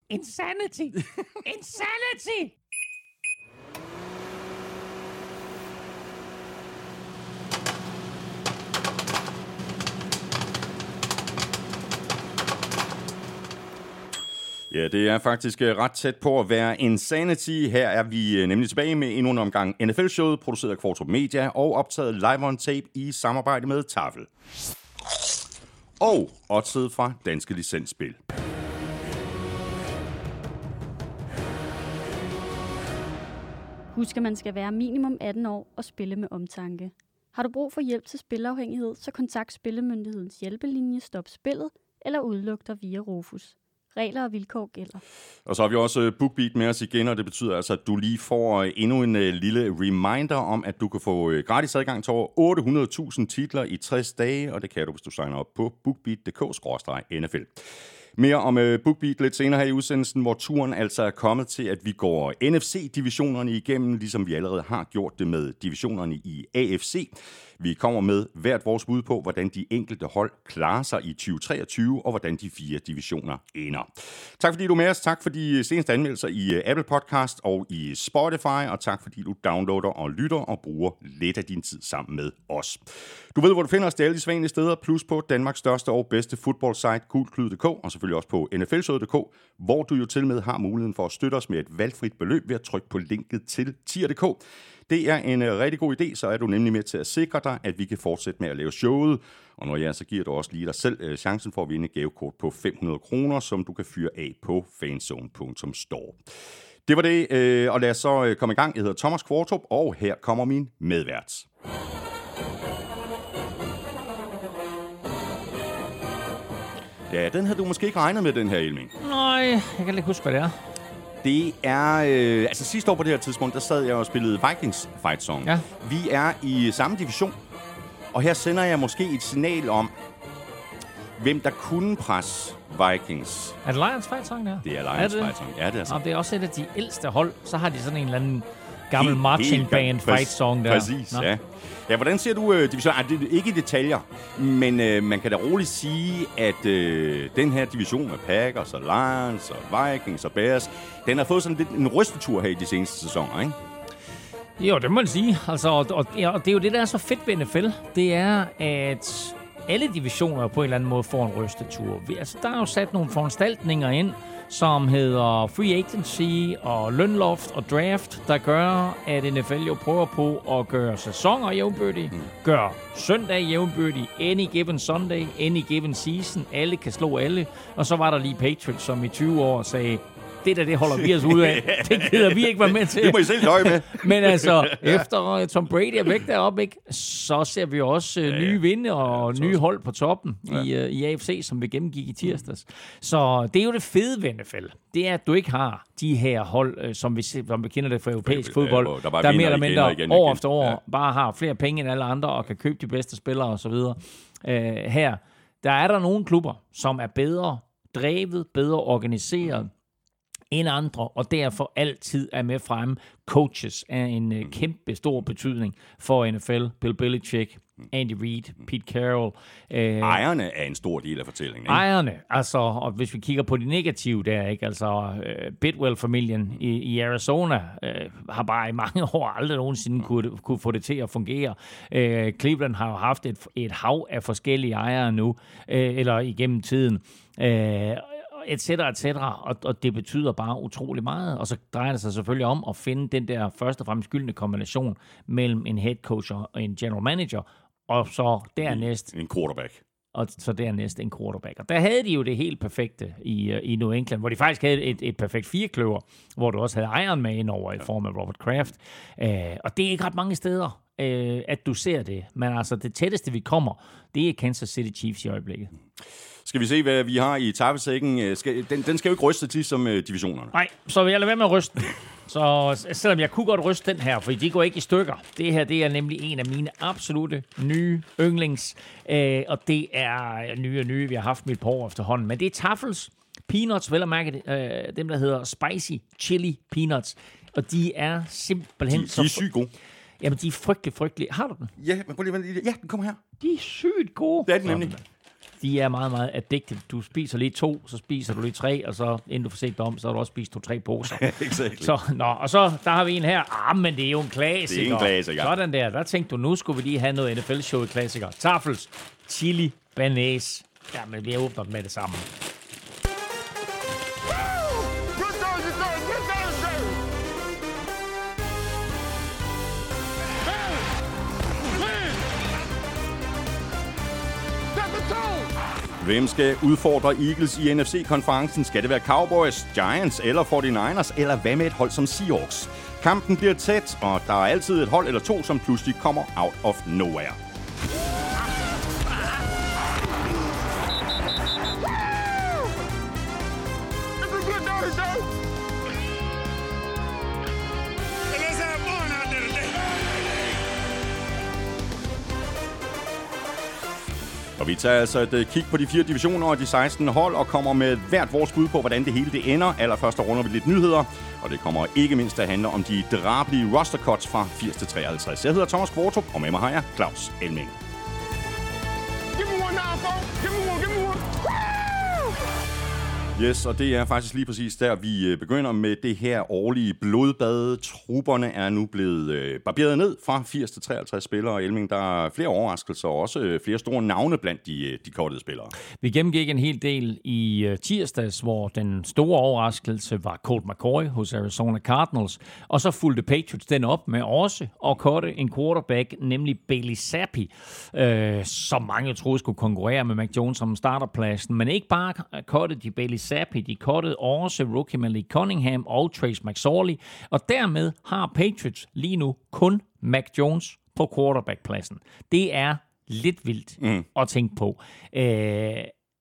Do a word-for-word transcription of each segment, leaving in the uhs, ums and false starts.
Insanity! Insanity! Ja, det er faktisk ret tæt på at være Insanity. Her er vi nemlig tilbage med endnu en omgang N F L-showet, produceret af Kvartrup Media og optaget live on tape i samarbejde med Tafel. Og oddset fra Danske Licensspil. Husk, at man skal være minimum atten år og spille med omtanke. Har du brug for hjælp til spilafhængighed, så kontakt Spillemyndighedens hjælpelinje Stop Spillet eller udluk dig via Rufus. Regler og vilkår gælder. Og så har vi også BookBeat med os igen, og det betyder altså, at du lige får endnu en lille reminder om, at du kan få gratis adgang til over otte hundrede tusind titler i tres dage, og det kan du, hvis du signer op på bookbeat punktum d k skråstreg N F L. Mere om uh, BookBeat lidt senere her i udsendelsen, hvor turen altså er kommet til, at vi går N F C-divisionerne igennem, ligesom vi allerede har gjort det med divisionerne i A F C. Vi kommer med hvert vores bud på, hvordan de enkelte hold klarer sig i tyve treogtyve, og hvordan de fire divisioner ender. Tak fordi du er med os. Tak for de seneste anmeldelser i Apple Podcast og i Spotify, og tak fordi du downloader og lytter og bruger lidt af din tid sammen med os. Du ved, hvor du finder os. Det er alle de sædvanlige steder, plus på Danmarks største og bedste fodboldsite, gulklyd punktum d k, og selvfølgelig også på N F L showet punktum d k, hvor du jo til med har muligheden for at støtte os med et valgfrit beløb ved at trykke på linket til tier punktum d k. Det er en rigtig god idé, så er du nemlig med til at sikre dig, at vi kan fortsætte med at lave showet. Og når jeg så giver du også lige dig selv chancen for at vinde et gavekort på fem hundrede kroner, som du kan fyre af på fanzone punktum store. Det var det, og lad os så komme i gang. Jeg hedder Thomas Kvartrup, og her kommer min medvært. Ja, den havde du måske ikke regnet med, den her, Elming. Nej, jeg kan ikke huske, hvad det er. Det er... Øh, altså sidste år på det her tidspunkt, der sad jeg og spillede Vikings Fight Song. Ja. Vi er i samme division, og her sender jeg måske et signal om, hvem der kunne presse Vikings. Er det Lions Fight Song, der? Det er Lions er det? Fight Song, ja, det er altså. Og det er også et af de ældste hold. Så har de sådan en eller anden gammel Helt- marching helt- band præ- fight song der. Præcis, Nå. ja. Ja, hvordan ser du uh, division? Ah, det er ikke i detaljer, men uh, man kan da roligt sige, at uh, den her division med Packers og Lions og Vikings og Bears, den har fået sådan lidt en rystetur her i de seneste sæsoner, ikke? Jo, det må man sige. Altså, og, og, ja, og det er jo det, der er så fedt ved N F L. Det er, at alle divisioner på en eller anden måde får en rystetur. Vi, altså, der er jo sat nogle foranstaltninger ind, som hedder free agency og lønloft og draft, der gør, at N F L jo prøver på at gøre sæsoner jævnbyrdige, mm. gør søndag jævnbyrdige, any given Sunday, any given season, alle kan slå alle. Og så var der lige Patriots, som i tyve år sagde, det der, det holder vi os ud af. Det gider vi ikke være med til. Det må I selv løje med. Men altså, efter Tom Brady er væk deroppe, ikke, så ser vi også uh, ja, ja. nye vinde og ja, nye også. hold på toppen ja. i, uh, i A F C, som vi gennemgik i tirsdags. Mm. Så det er jo det fede ved N F L. Det er, at du ikke har de her hold, uh, som, vi, som vi kender det fra europæisk fodbold, ja, der, der mere eller mindre igen, igen, år igen. efter år ja. bare har flere penge end alle andre og kan købe de bedste spillere osv. Uh, her, der er der nogle klubber, som er bedre drevet, bedre organiseret, mm. end andre, og derfor altid er med fremme. Coaches er en uh, kæmpe stor betydning for N F L. Bill Belichick, Andy Reid, Pete Carroll. Uh, ejerne er en stor del af fortællingen, ikke? Ejerne, altså, og hvis vi kigger på de negative der, ikke, altså uh, Bidwell-familien i, i Arizona uh, har bare i mange år aldrig nogensinde kunne, kunne få det til at fungere. Uh, Cleveland har jo haft et, et hav af forskellige ejere nu, uh, eller igennem tiden. Uh, et cetera, et cetera, og, og det betyder bare utrolig meget. Og så drejer det sig selvfølgelig om at finde den der først og fremmest gyldne kombination mellem en head coach og en general manager, og så dernæst en quarterback. Og så dernæst en quarterback. Og der havde de jo det helt perfekte i, i New England, hvor de faktisk havde et, et perfekt firekløver, hvor du også havde ejeren med ind over i form af Robert Kraft. Uh, og det er ikke ret mange steder, uh, at du ser det. Men altså det tætteste, vi kommer, det er Kansas City Chiefs i øjeblikket. Skal vi se, hvad vi har i tappesækken? Skal, den, den skal jo ikke ryste til som uh, divisionerne. Nej, så vil jeg lade være med at ryste. Så selvom jeg kunne godt ryste den her, for de går ikke i stykker. Det her, det er nemlig en af mine absolute nye yndlings. Øh, og det er nye og nye, vi har haft mit par år efterhånden. Men det er Tafels Peanuts, vel at mærke øh, dem, der hedder Spicy Chili Peanuts. Og de er simpelthen... De, de er sygt gode. Jamen, de er frygtelig, frygtelige. Har du den? Ja, men prøv lige, ja, den kommer her. De er sygt gode. Det er den nemlig. de er meget, meget addicted. Du spiser lige to, så spiser du lige tre, og så inden du får set dig om, så har du også spist to-tre poser. Exactly. Så, nå, og så, der har vi en her. Ah, men det er jo en klassiker. Det er en klassiker. Sådan der. Der tænkte du, nu skulle vi lige have noget N F L-show i klassiker. Tafels, chili, banæs. Jamen, vi åbner med det samme. Hvem skal udfordre Eagles i N F C-konferencen? Skal det være Cowboys, Giants eller forty-niners, eller hvad med et hold som Seahawks? Kampen bliver tæt, og der er altid et hold eller to, som pludselig kommer out of nowhere. Og vi tager altså et kig på de fire divisioner og de seksten hold, og kommer med hvert vores bud på, hvordan det hele det ender. Allerførst runder vi lidt nyheder, og det kommer ikke mindst at handle om de drabelige roster cuts fra firs til treoghalvtreds. Jeg hedder Thomas Kvartrup, og med mig har jeg Claus Elming. Yes, og det er faktisk lige præcis der, vi begynder med det her årlige blodbad. Trupperne er nu blevet barberet ned fra firs til treoghalvtreds spillere, og Elming, der er flere overraskelser, og også flere store navne blandt de, de kortede spillere. Vi gennemgik en hel del i tirsdags, hvor den store overraskelse var Colt McCoy hos Arizona Cardinals, og så fulgte Patriots den op med også at korte en quarterback, nemlig Bailey Zappi, øh, som mange troede skulle konkurrere med Mac Jones om starterpladsen, men ikke bare korte de Bailey Zappi, de kortede også rookie Malik Cunningham og Trace McSorley, og dermed har Patriots lige nu kun Mac Jones på quarterbackpladsen. Det er lidt vildt mm. at tænke på. Øh,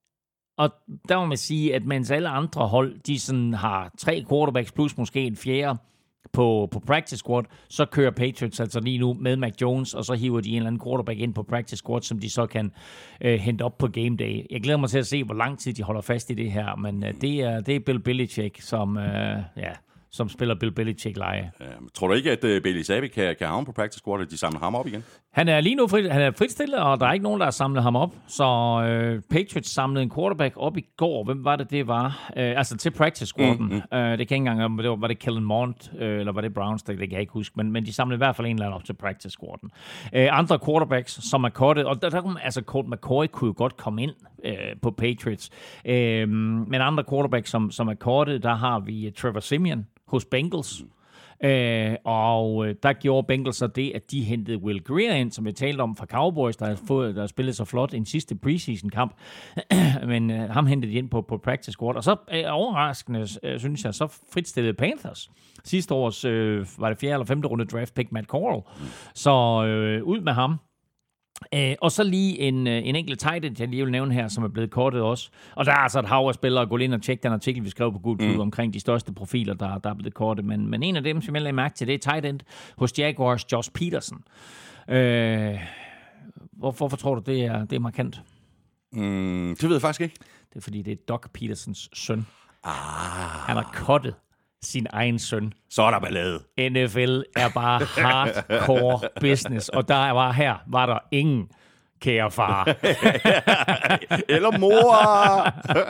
og der må man sige, at mens alle andre hold, de sådan har tre quarterbacks plus måske en fjerde på, på practice squad, så kører Patriots altså lige nu med Mac Jones, og så hiver de en eller anden quarterback ind på practice squad, som de så kan øh, hente op på game day. Jeg glæder mig til at se, hvor lang tid de holder fast i det her, men øh, det, er, det er Bill Belichick, som, øh, ja, som spiller Bill Belichick-leje. Ja, tror du ikke, at uh, Bailey Zappi kan, kan havne på practice squad, og de samler ham op igen? Han er lige nu frit, han er fritstillet, og der er ikke nogen, der har samlet ham op. Så øh, Patriots samlede en quarterback op i går. Hvem var det, det var? Øh, altså til practice squaden. Mm, mm. Øh, det kan ikke engang, om det var, var det Kellen Mond, øh, eller var det Browns, det, det kan jeg ikke huske. Men, men de samlede i hvert fald en eller anden op til practice squaden. Øh, andre quarterbacks, som er kortet, og der, der kunne altså Colt McCoy kunne jo godt komme ind øh, på Patriots. Øh, men andre quarterbacks, som, som er kortet, der har vi Trevor Siemian hos Bengals. Mm. Øh, og der gjorde Bengals så det, at de hentede Will Greer ind, som jeg talte om fra Cowboys, der har, fået, der har spillet så flot en sidste preseason-kamp. Men øh, ham hentede de ind på, på practice squad. Og så øh, overraskende, øh, synes jeg, så fritstillede Panthers. Sidste års øh, var det fjerde eller femte runde draft pick Matt Corral. Så øh, ud med ham. Uh, og så lige en, uh, en enkelt tight end, jeg lige vil nævne her, som er blevet kortet også. Og der er altså et hav af spillere, gå ind og tjekke den artikel, vi skrev på Gud mm. omkring de største profiler, der, der er blevet kortet. Men, men en af dem, som jeg lagde mærke til, det er tight end hos Jaguars, Josh Peterson. Uh, hvor, hvorfor tror du, det er, det er markant? Mm, det ved jeg faktisk ikke. Det er, fordi det er Doug Petersons søn. Ah. Han har kortet sin egen søn. Så er der ballade. N F L er bare hardcore business, og der var her, var der ingen kære far. Eller mor.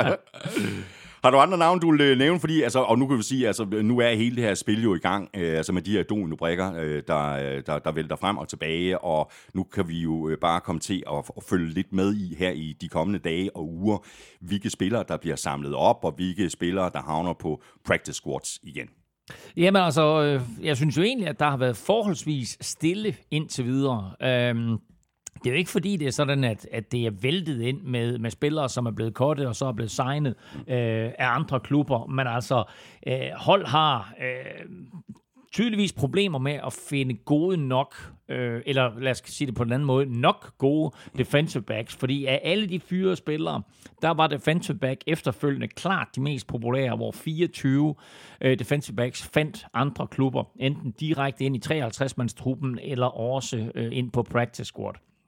Har du andre navne, du vil nævne? Fordi, altså, og nu kan vi sige, altså, nu er hele det her spil jo i gang, øh, altså med de her dominobrikker, øh, der, der, der vælter frem og tilbage, og nu kan vi jo bare komme til at, at følge lidt med i her i de kommende dage og uger, hvilke spillere, der bliver samlet op, og hvilke spillere, der havner på practice squads igen. Jamen altså, jeg synes jo egentlig, at der har været forholdsvis stille indtil videre. Øhm Det er jo ikke fordi, det er sådan, at, at det er væltet ind med, med spillere, som er blevet kortet og så er blevet signet øh, af andre klubber. Men altså, øh, hold har øh, tydeligvis problemer med at finde gode nok, øh, eller lad os sige det på en anden måde, nok gode defensive backs. Fordi af alle de fyrede spillere, der var defensive back efterfølgende klart de mest populære, hvor fireogtyve øh, defensive backs fandt andre klubber, enten direkte ind i treoghalvtreds-mandstruppen, eller også øh, ind på practice squad.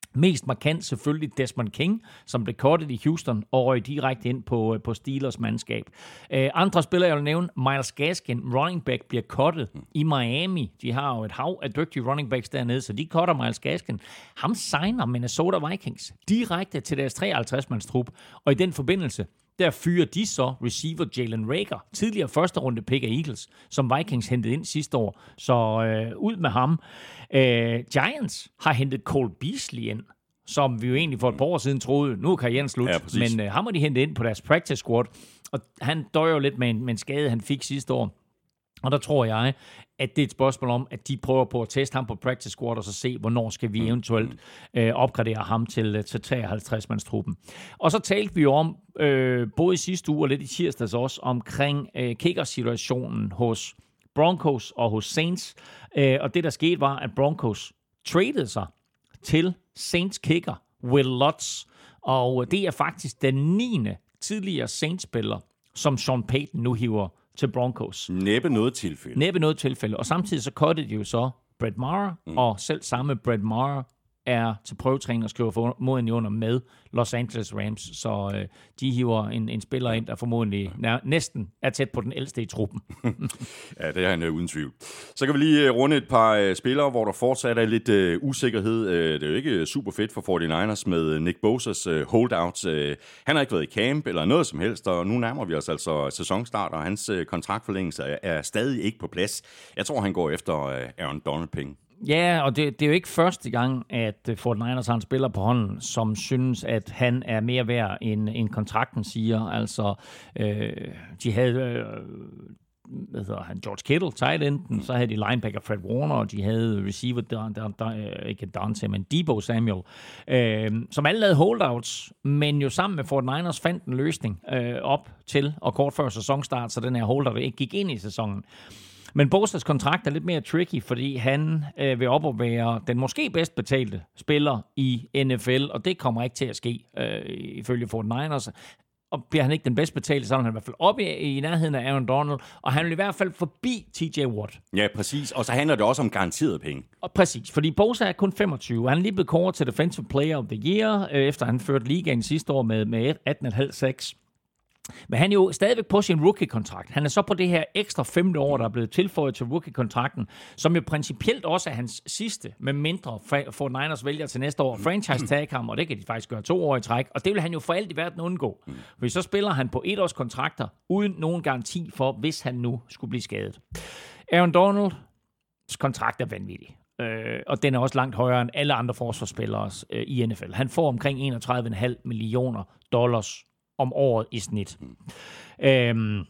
Mest markant selvfølgelig Desmond King, som blev cuttet i Houston og røg direkte ind på, på Steelers mandskab. Øh, andre spillere, jeg vil nævne, Myles Gaskin, running back, bliver cuttet i Miami. De har jo et hav af dygtige running backs dernede, så de cutter Myles Gaskin. Ham signer Minnesota Vikings direkte til deres treoghalvtreds-mands trup, og i den forbindelse, der fyrer de så receiver Jalen Reagor, tidligere første runde pick af Eagles, som Vikings hentede ind sidste år. Så øh, ud med ham. Øh, Giants har hentet Cole Beasley ind, som vi jo egentlig for et par år siden troede, nu er karrieren slut. Ja, men øh, ham har de hentet ind på deres practice squad, og han døjer jo lidt med en, med en skade, han fik sidste år. Og der tror jeg, at det er et spørgsmål om, at de prøver på at teste ham på practice squad, og så se, hvornår skal vi eventuelt øh, opgradere ham til, til treoghalvtreds-mandstruppen. Og så talte vi jo om, øh, både i sidste uge og lidt i tirsdags også, omkring øh, kicker-situationen hos Broncos og hos Saints. Øh, og det, der skete, var, at Broncos tradede sig til Saints kicker Will Lutz. Og det er faktisk den niende tidligere Saints-spiller, som Sean Payton nu hiver til Broncos. Næppe noget tilfælde. Næppe noget tilfælde. Og samtidig så cuttede de jo så Brett Maher, mm. og selv samme Brett Maher er til prøvetræning og skriver formodentlig under med Los Angeles Rams. Så øh, de hiver en, en spiller ind, der formodentlig nær, næsten er tæt på den ældste i truppen. Ja, det er han uh, uden tvivl. Så kan vi lige uh, runde et par uh, spillere, hvor der fortsat er lidt uh, usikkerhed. Uh, det er jo ikke super fedt for forty-niners med uh, Nick Bosas uh, holdouts. Uh, han har ikke været i camp eller noget som helst, og nu nærmer vi os altså sæsonstart, og hans uh, kontraktforlængelse er, er stadig ikke på plads. Jeg tror, han går efter uh, Aaron Donald-penge. Ja, og det, det er jo ikke første gang, at forty-niners har en spiller på hånden, som synes, at han er mere værd, end, end kontrakten siger. Altså, øh, de havde øh, hvad hedder han, George Kittle, tight enden, så havde de linebacker Fred Warner, og de havde receiver, der, der, der, ikke Dante, men Deebo Samuel, øh, som alle lavede holdouts, men jo sammen med forty-niners fandt en løsning øh, op til, og kort før sæsonstart, så den her holdout ikke gik ind i sæsonen. Men Bosas kontrakt er lidt mere tricky, fordi han øh, vil op og være den måske bedst betalte spiller i N F L, og det kommer ikke til at ske, øh, ifølge forty-niners. Og bliver han ikke den bedst betalte, så er han i hvert fald oppe i, i nærheden af Aaron Donald, og han vil i hvert fald forbi T J Watt. Ja, præcis. Og så handler det også om garanterede penge. Og præcis, fordi Bosa er kun femogtyve. Han er lige blevet kåret til Defensive Player of the Year, øh, efter han førte ligaen sidste år med, med atten komma fem seks. Men han er jo stadigvæk på sin rookie-kontrakt. Han er så på det her ekstra femte år, der er blevet tilføjet til rookie-kontrakten, som jo principielt også er hans sidste, med mindre forty-niners vælger til næste år franchise-tag ham, og det kan de faktisk gøre to år i træk, og det vil han jo for alt i verden undgå. For så spiller han på et års kontrakter, uden nogen garanti for, hvis han nu skulle blive skadet. Aaron Donalds kontrakt er vanvittig. Øh, og den er også langt højere end alle andre forsvarsspillere øh, i N F L. Han får omkring enogtredive komma fem millioner dollars om året i snit. Mm. Øhm,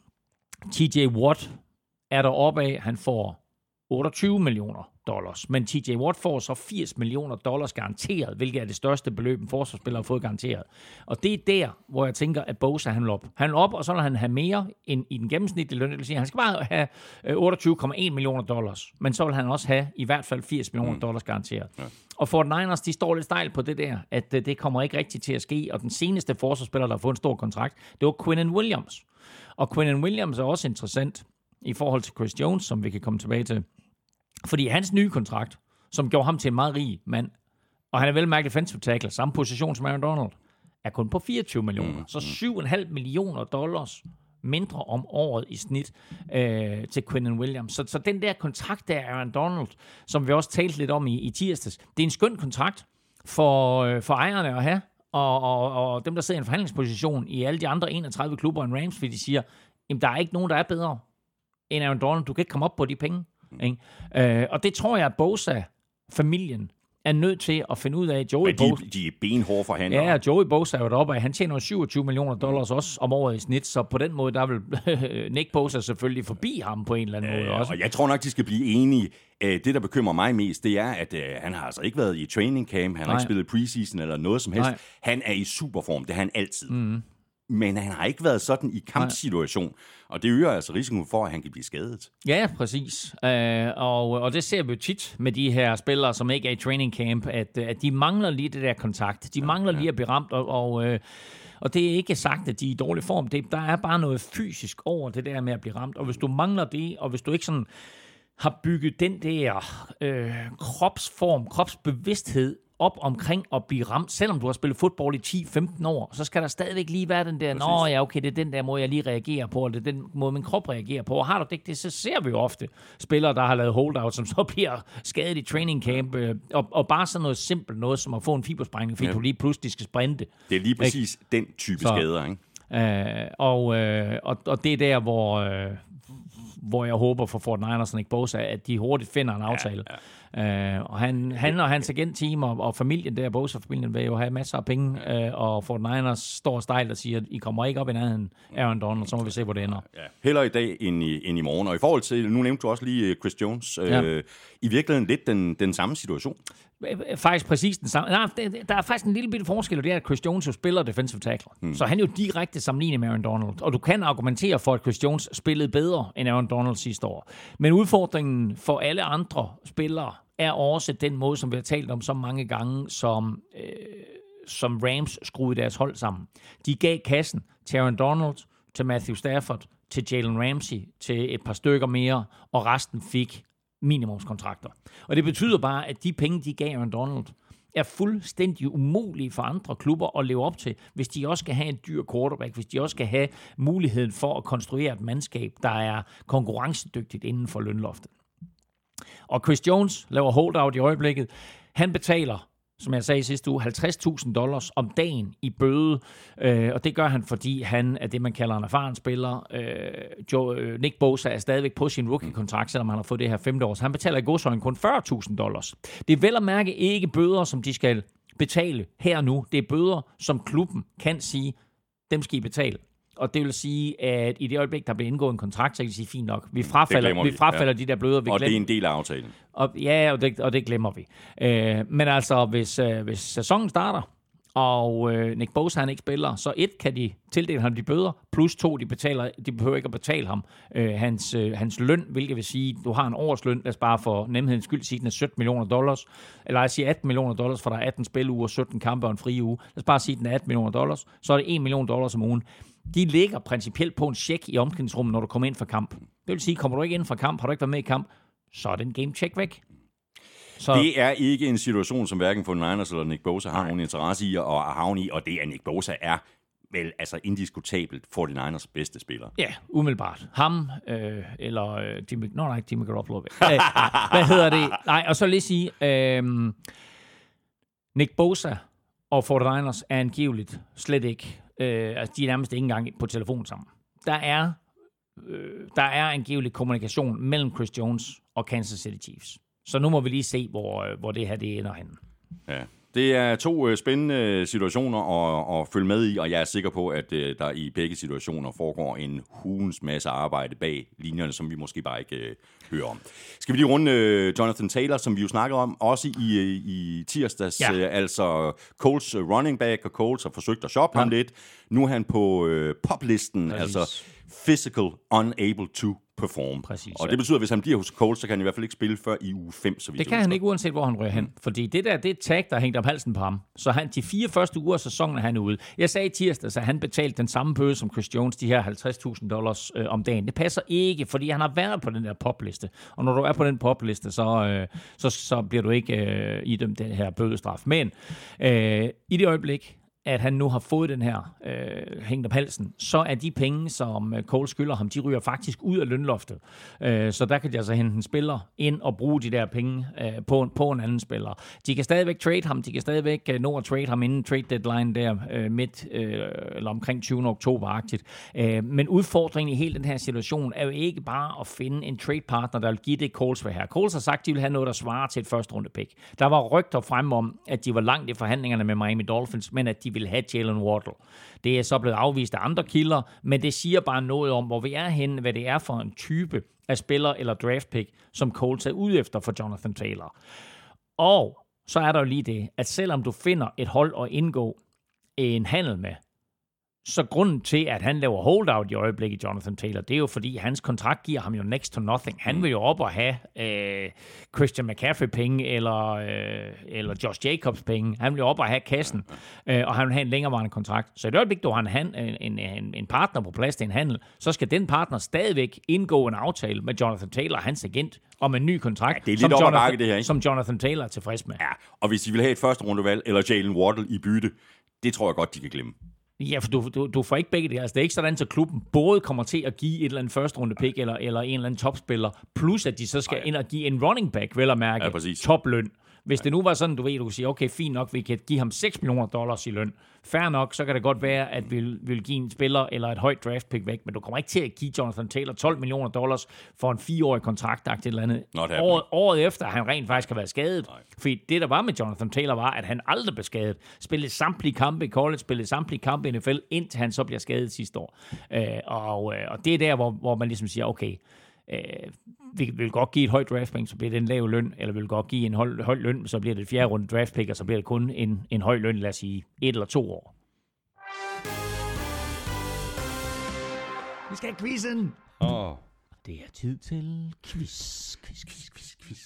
T J Watt er der oppe af, han får otteogtyve millioner dollars, men T J Watt får så firs millioner dollars garanteret, hvilket er det største beløb, en forsvarsspiller har fået garanteret. Og det er der, hvor jeg tænker, at Bosa han vil op. Han vil op, og så vil han have mere end i den gennemsnitlige løn. Det vil sige, han skal bare have otteogtyve komma en millioner dollars, men så vil han også have i hvert fald firs millioner mm. dollars garanteret. Ja. Og forty-niners, de står lidt stejl på det der, at det kommer ikke rigtigt til at ske, og den seneste forsvarsspiller, der har fået en stor kontrakt, det var Quinnen Williams. Og Quinnen Williams er også interessant i forhold til Chris Jones, som vi kan komme tilbage til. Fordi hans nye kontrakt, som gjorde ham til en meget rig mand, og han er vel mærket defensive tackle, samme position som Aaron Donald, er kun på fireogtyve millioner. Mm. Så syv komma fem millioner dollars mindre om året i snit øh, til Quinnen Williams. Så, så den der kontrakt der Aaron Donald, som vi også talte lidt om i, i tirsdags, det er en skøn kontrakt for, øh, for ejerne at have, og, og, og dem, der sidder i en forhandlingsposition i alle de andre enogtredive klubber end Rams, fordi de siger, jamen der er ikke nogen, der er bedre end Aaron Donald. Du kan ikke komme op på de penge. Mm. Øh, og det tror jeg, at Bosa-familien er nødt til at finde ud af. Joey Men de, de er benhårde forhandlere. Ja, og Joey Bosa er jo deroppe, og han tjener syvogtyve millioner dollars også om året i snit, så på den måde, der vil Nick Bosa selvfølgelig forbi ham på en eller anden øh, måde også. Og jeg tror nok, de skal blive enige. Det, der bekymrer mig mest, det er, at øh, han har altså ikke været i training camp, han har Nej. ikke spillet preseason eller noget som helst. Nej. Han er i superform, det har han altid. Mm. Men han har ikke været sådan i kampsituation, Nej. og det øger altså risikoen for, at han kan blive skadet. Ja, præcis. Øh, og, og det ser vi jo tit med de her spillere, som ikke er i training camp, at, at de mangler lige det der kontakt. De mangler ja, ja. lige at blive ramt, og, og, øh, og det er ikke sagt, at de er i dårlig form. Det, der er bare noget fysisk over det der med at blive ramt, og hvis du mangler det, og hvis du ikke sådan har bygget den der øh, kropsform, kropsbevidsthed op omkring at blive ramt, selvom du har spillet fodbold i ti femten år, så skal der stadigvæk lige være den der, Præcis. nå ja, okay, det er den der måde, jeg lige reagerer på, eller det er den måde, min krop reagerer på. Og har du det ikke det, så ser vi jo ofte spillere, der har lavet holdout, som så bliver skadet i training camp, øh, og, og bare sådan noget simpelt noget, som at få en fibersprængning, fordi ja. du lige pludselig skal sprinte. Det er lige præcis ikke? den type så, skader, ikke? Øh, og, øh, og, og det er der, hvor... Øh, hvor jeg håber for Fort Niners og Nick Bosa, at de hurtigt finder en aftale. Ja, ja. Uh, og han, han og hans agentteam og, og familien der, Bosa-familien, vil jo have masser af penge, uh, og Fort Niners står stejlt og siger, at I kommer ikke op i nærheden af Aaron Donald, så må vi se, hvor det ender. Ja. Hellere i dag end i, end i morgen. Og i forhold til, nu nævnte du også lige Chris Jones, uh, ja. i virkeligheden lidt den, den samme situation. Faktisk præcis den samme. Nej, der er faktisk en lille bitte forskel, og det er, at Chris Jones jo spiller defensive tackle. Hmm. Så han er jo direkte sammenlignet med Aaron Donald. Og du kan argumentere for, at Chris Jones spillede bedre end Aaron Donald sidste år. Men udfordringen for alle andre spillere er også den måde, som vi har talt om så mange gange, som, øh, som Rams skruede deres hold sammen. De gav kassen til Aaron Donald, til Matthew Stafford, til Jalen Ramsey, til et par stykker mere, og resten fik minimumskontrakter. Og det betyder bare, at de penge, de gav Aaron Donald, er fuldstændig umulige for andre klubber at leve op til, hvis de også skal have en dyr quarterback, hvis de også skal have muligheden for at konstruere et mandskab, der er konkurrencedygtigt inden for lønloftet. Og Chris Jones laver holdout i øjeblikket. Han betaler, som jeg sagde i sidste uge, halvtreds tusind dollars om dagen i bøde, øh, og det gør han, fordi han er det, man kalder en erfaren spiller. Øh, Joe, øh, Nick Bosa er stadigvæk på sin rookie-kontrakt, selvom han har fået det her femte år. Så han betaler i godsøjne kun fyrre tusind dollars. Det er vel at mærke ikke bøder, som de skal betale her nu. Det er bøder, som klubben kan sige, dem skal I betale. Og det vil sige, at i det øjeblik, der bliver indgået en kontrakt, så kan de sige, fint nok, vi frafalder, vi. vi frafalder ja. de der bløder. Vi og glemmer. Det er en del af aftalen. Og, ja, og det, og det glemmer vi. Øh, men altså, hvis, øh, hvis sæsonen starter, og øh, Nick Bosa han ikke spiller, så et, kan de tildele ham de bøder, plus to, de, betaler, de behøver ikke at betale ham øh, hans, øh, hans løn, hvilket vil sige, du har en årsløn, lad os bare for nemhedens skyld sige, den er sytten millioner dollars, eller jeg siger atten millioner dollars, for der er atten spiluger, sytten kampe og en fri uge. Lad os bare sige, den er atten millioner dollars, så er det en million dollars om ugen. De ligger principielt på en check i omklædningsrummet, når du kommer ind fra kamp. Det vil sige, kommer du ikke ind fra kamp, har du ikke været med i kamp, så er den game check væk. Så det er ikke en situation, som hverken for Niners eller Nick Bosa har nogen interesse i at havne i, og det er Nick Bosa er vel altså indiskutabelt for de Niners bedste spillere. Ja, umiddelbart. Ham, øh, eller øh, Jimmy, no, nej, Jimmy Garoppolo. Hvad hedder det? Nej, og så lige sige, øh, Nick Bosa og for de Niners er angiveligt slet ikke, øh, altså de er nærmest ikke engang på telefon sammen. Der er, øh, der er angiveligt kommunikation mellem Chris Jones og Kansas City Chiefs. Så nu må vi lige se, hvor, hvor det her det ender henne. Ja. Det er to øh, spændende situationer at, at følge med i, og jeg er sikker på, at øh, der i begge situationer foregår en hulens masse arbejde bag linjerne, som vi måske bare ikke øh, hører om. Skal vi lige runde øh, Jonathan Taylor, som vi jo snakkede om, også i, i tirsdags, ja. øh, altså Colts running back, og Colts har forsøgt at shoppe ja. ham lidt. Nu er han på øh, poplisten, Præcis. altså physical unable to perform. Præcis, og det betyder, at hvis han bliver hos Colts, så kan han i hvert fald ikke spille før i uge fem. Så det kan han ikke, uanset hvor han rører hen. Fordi det der, det er et tag, der er hængt om halsen på ham. Så han, de fire første uger af sæsonen er han ude. Jeg sagde i tirsdag, at han betalte den samme bøde som Chris Jones, de her halvtreds tusind dollars øh, om dagen. Det passer ikke, fordi han har været på den der popliste. Og når du er på den popliste, så, øh, så, så bliver du ikke øh, idømt den her bødestraf. Men øh, i det øjeblik, at han nu har fået den her øh, hængt op halsen, så er de penge, som øh, Cole skylder ham, de ryger faktisk ud af lønloftet. Øh, så der kan de altså hente en spiller ind og bruge de der penge øh, på, på en anden spiller. De kan stadigvæk trade ham, de kan stadigvæk øh, nå at trade ham inden trade deadline der øh, midt, øh, eller omkring tyvende oktober-agtigt. Øh, men udfordringen i hele den her situation er jo ikke bare at finde en trade partner, der vil give det Coles vil have. Coles har sagt, at de vil have noget, der svarer til et første runde pick. Der var rygter frem om, at de var langt i forhandlingerne med Miami Dolphins, men at de vil have Jalen Waddle. Det er så blevet afvist af andre kilder, men det siger bare noget om, hvor vi er henne, hvad det er for en type af spiller eller draft pick, som Colts er ude efter for Jonathan Taylor. Og så er der jo lige det, at selvom du finder et hold at indgå en handel med, Så grunden til, at han laver holdout i øjeblikket, Jonathan Taylor, det er jo fordi, hans kontrakt giver ham jo next to nothing. Han vil jo op og have øh, Christian McCaffrey-penge, eller, øh, eller Josh Jacobs-penge. Han vil jo op og have kassen, øh, og han vil have en længerevarende kontrakt. Så i det øjeblik, du har en, en, en, en partner på plads til en handel, så skal den partner stadigvæk indgå en aftale med Jonathan Taylor og hans agent om en ny kontrakt, ja, det er lidt som, Jonathan, Jonathan, det her, ikke? som Jonathan Taylor er tilfreds med. Ja, og hvis de vil have et første rundevalg, eller Jalen Waddle i bytte, det tror jeg godt, de kan glemme. Ja, for du, du, du får ikke begge det. Altså, det er ikke sådan, at klubben både kommer til at give et eller andet første runde pick, eller, eller en eller anden topspiller, plus at de så skal Ej. ind og give en running back, vel at mærke, ja, topløn. Hvis det nu var sådan, du ved, du kunne sige, okay, fint nok, vi kan give ham seks millioner dollars i løn. Fair nok, så kan det godt være, at vi vil, vil give en spiller eller et højt draft pick væk, men du kommer ikke til at give Jonathan Taylor tolv millioner dollars for en fireårig kontrakt eller andet. Året, året efter, han rent faktisk har været skadet. Nej. Fordi det, der var med Jonathan Taylor, var, at han aldrig blev skadet. Spillede samtlige kampe i college, spillede samtlige kampe i N F L, indtil han så bliver skadet sidste år. Øh, og, og det er der, hvor, hvor man ligesom siger, okay, Øh, vi vil godt give et højt draftpick, så bliver det en lav løn, eller vi vil godt give en høj, høj løn, så bliver det et fjerde runde draftpick, og så bliver det kun en, en høj løn, lad os sige, et eller to år. Vi skal have quizzen! Oh. Det er tid til quiz, quiz, quiz, quiz, quiz.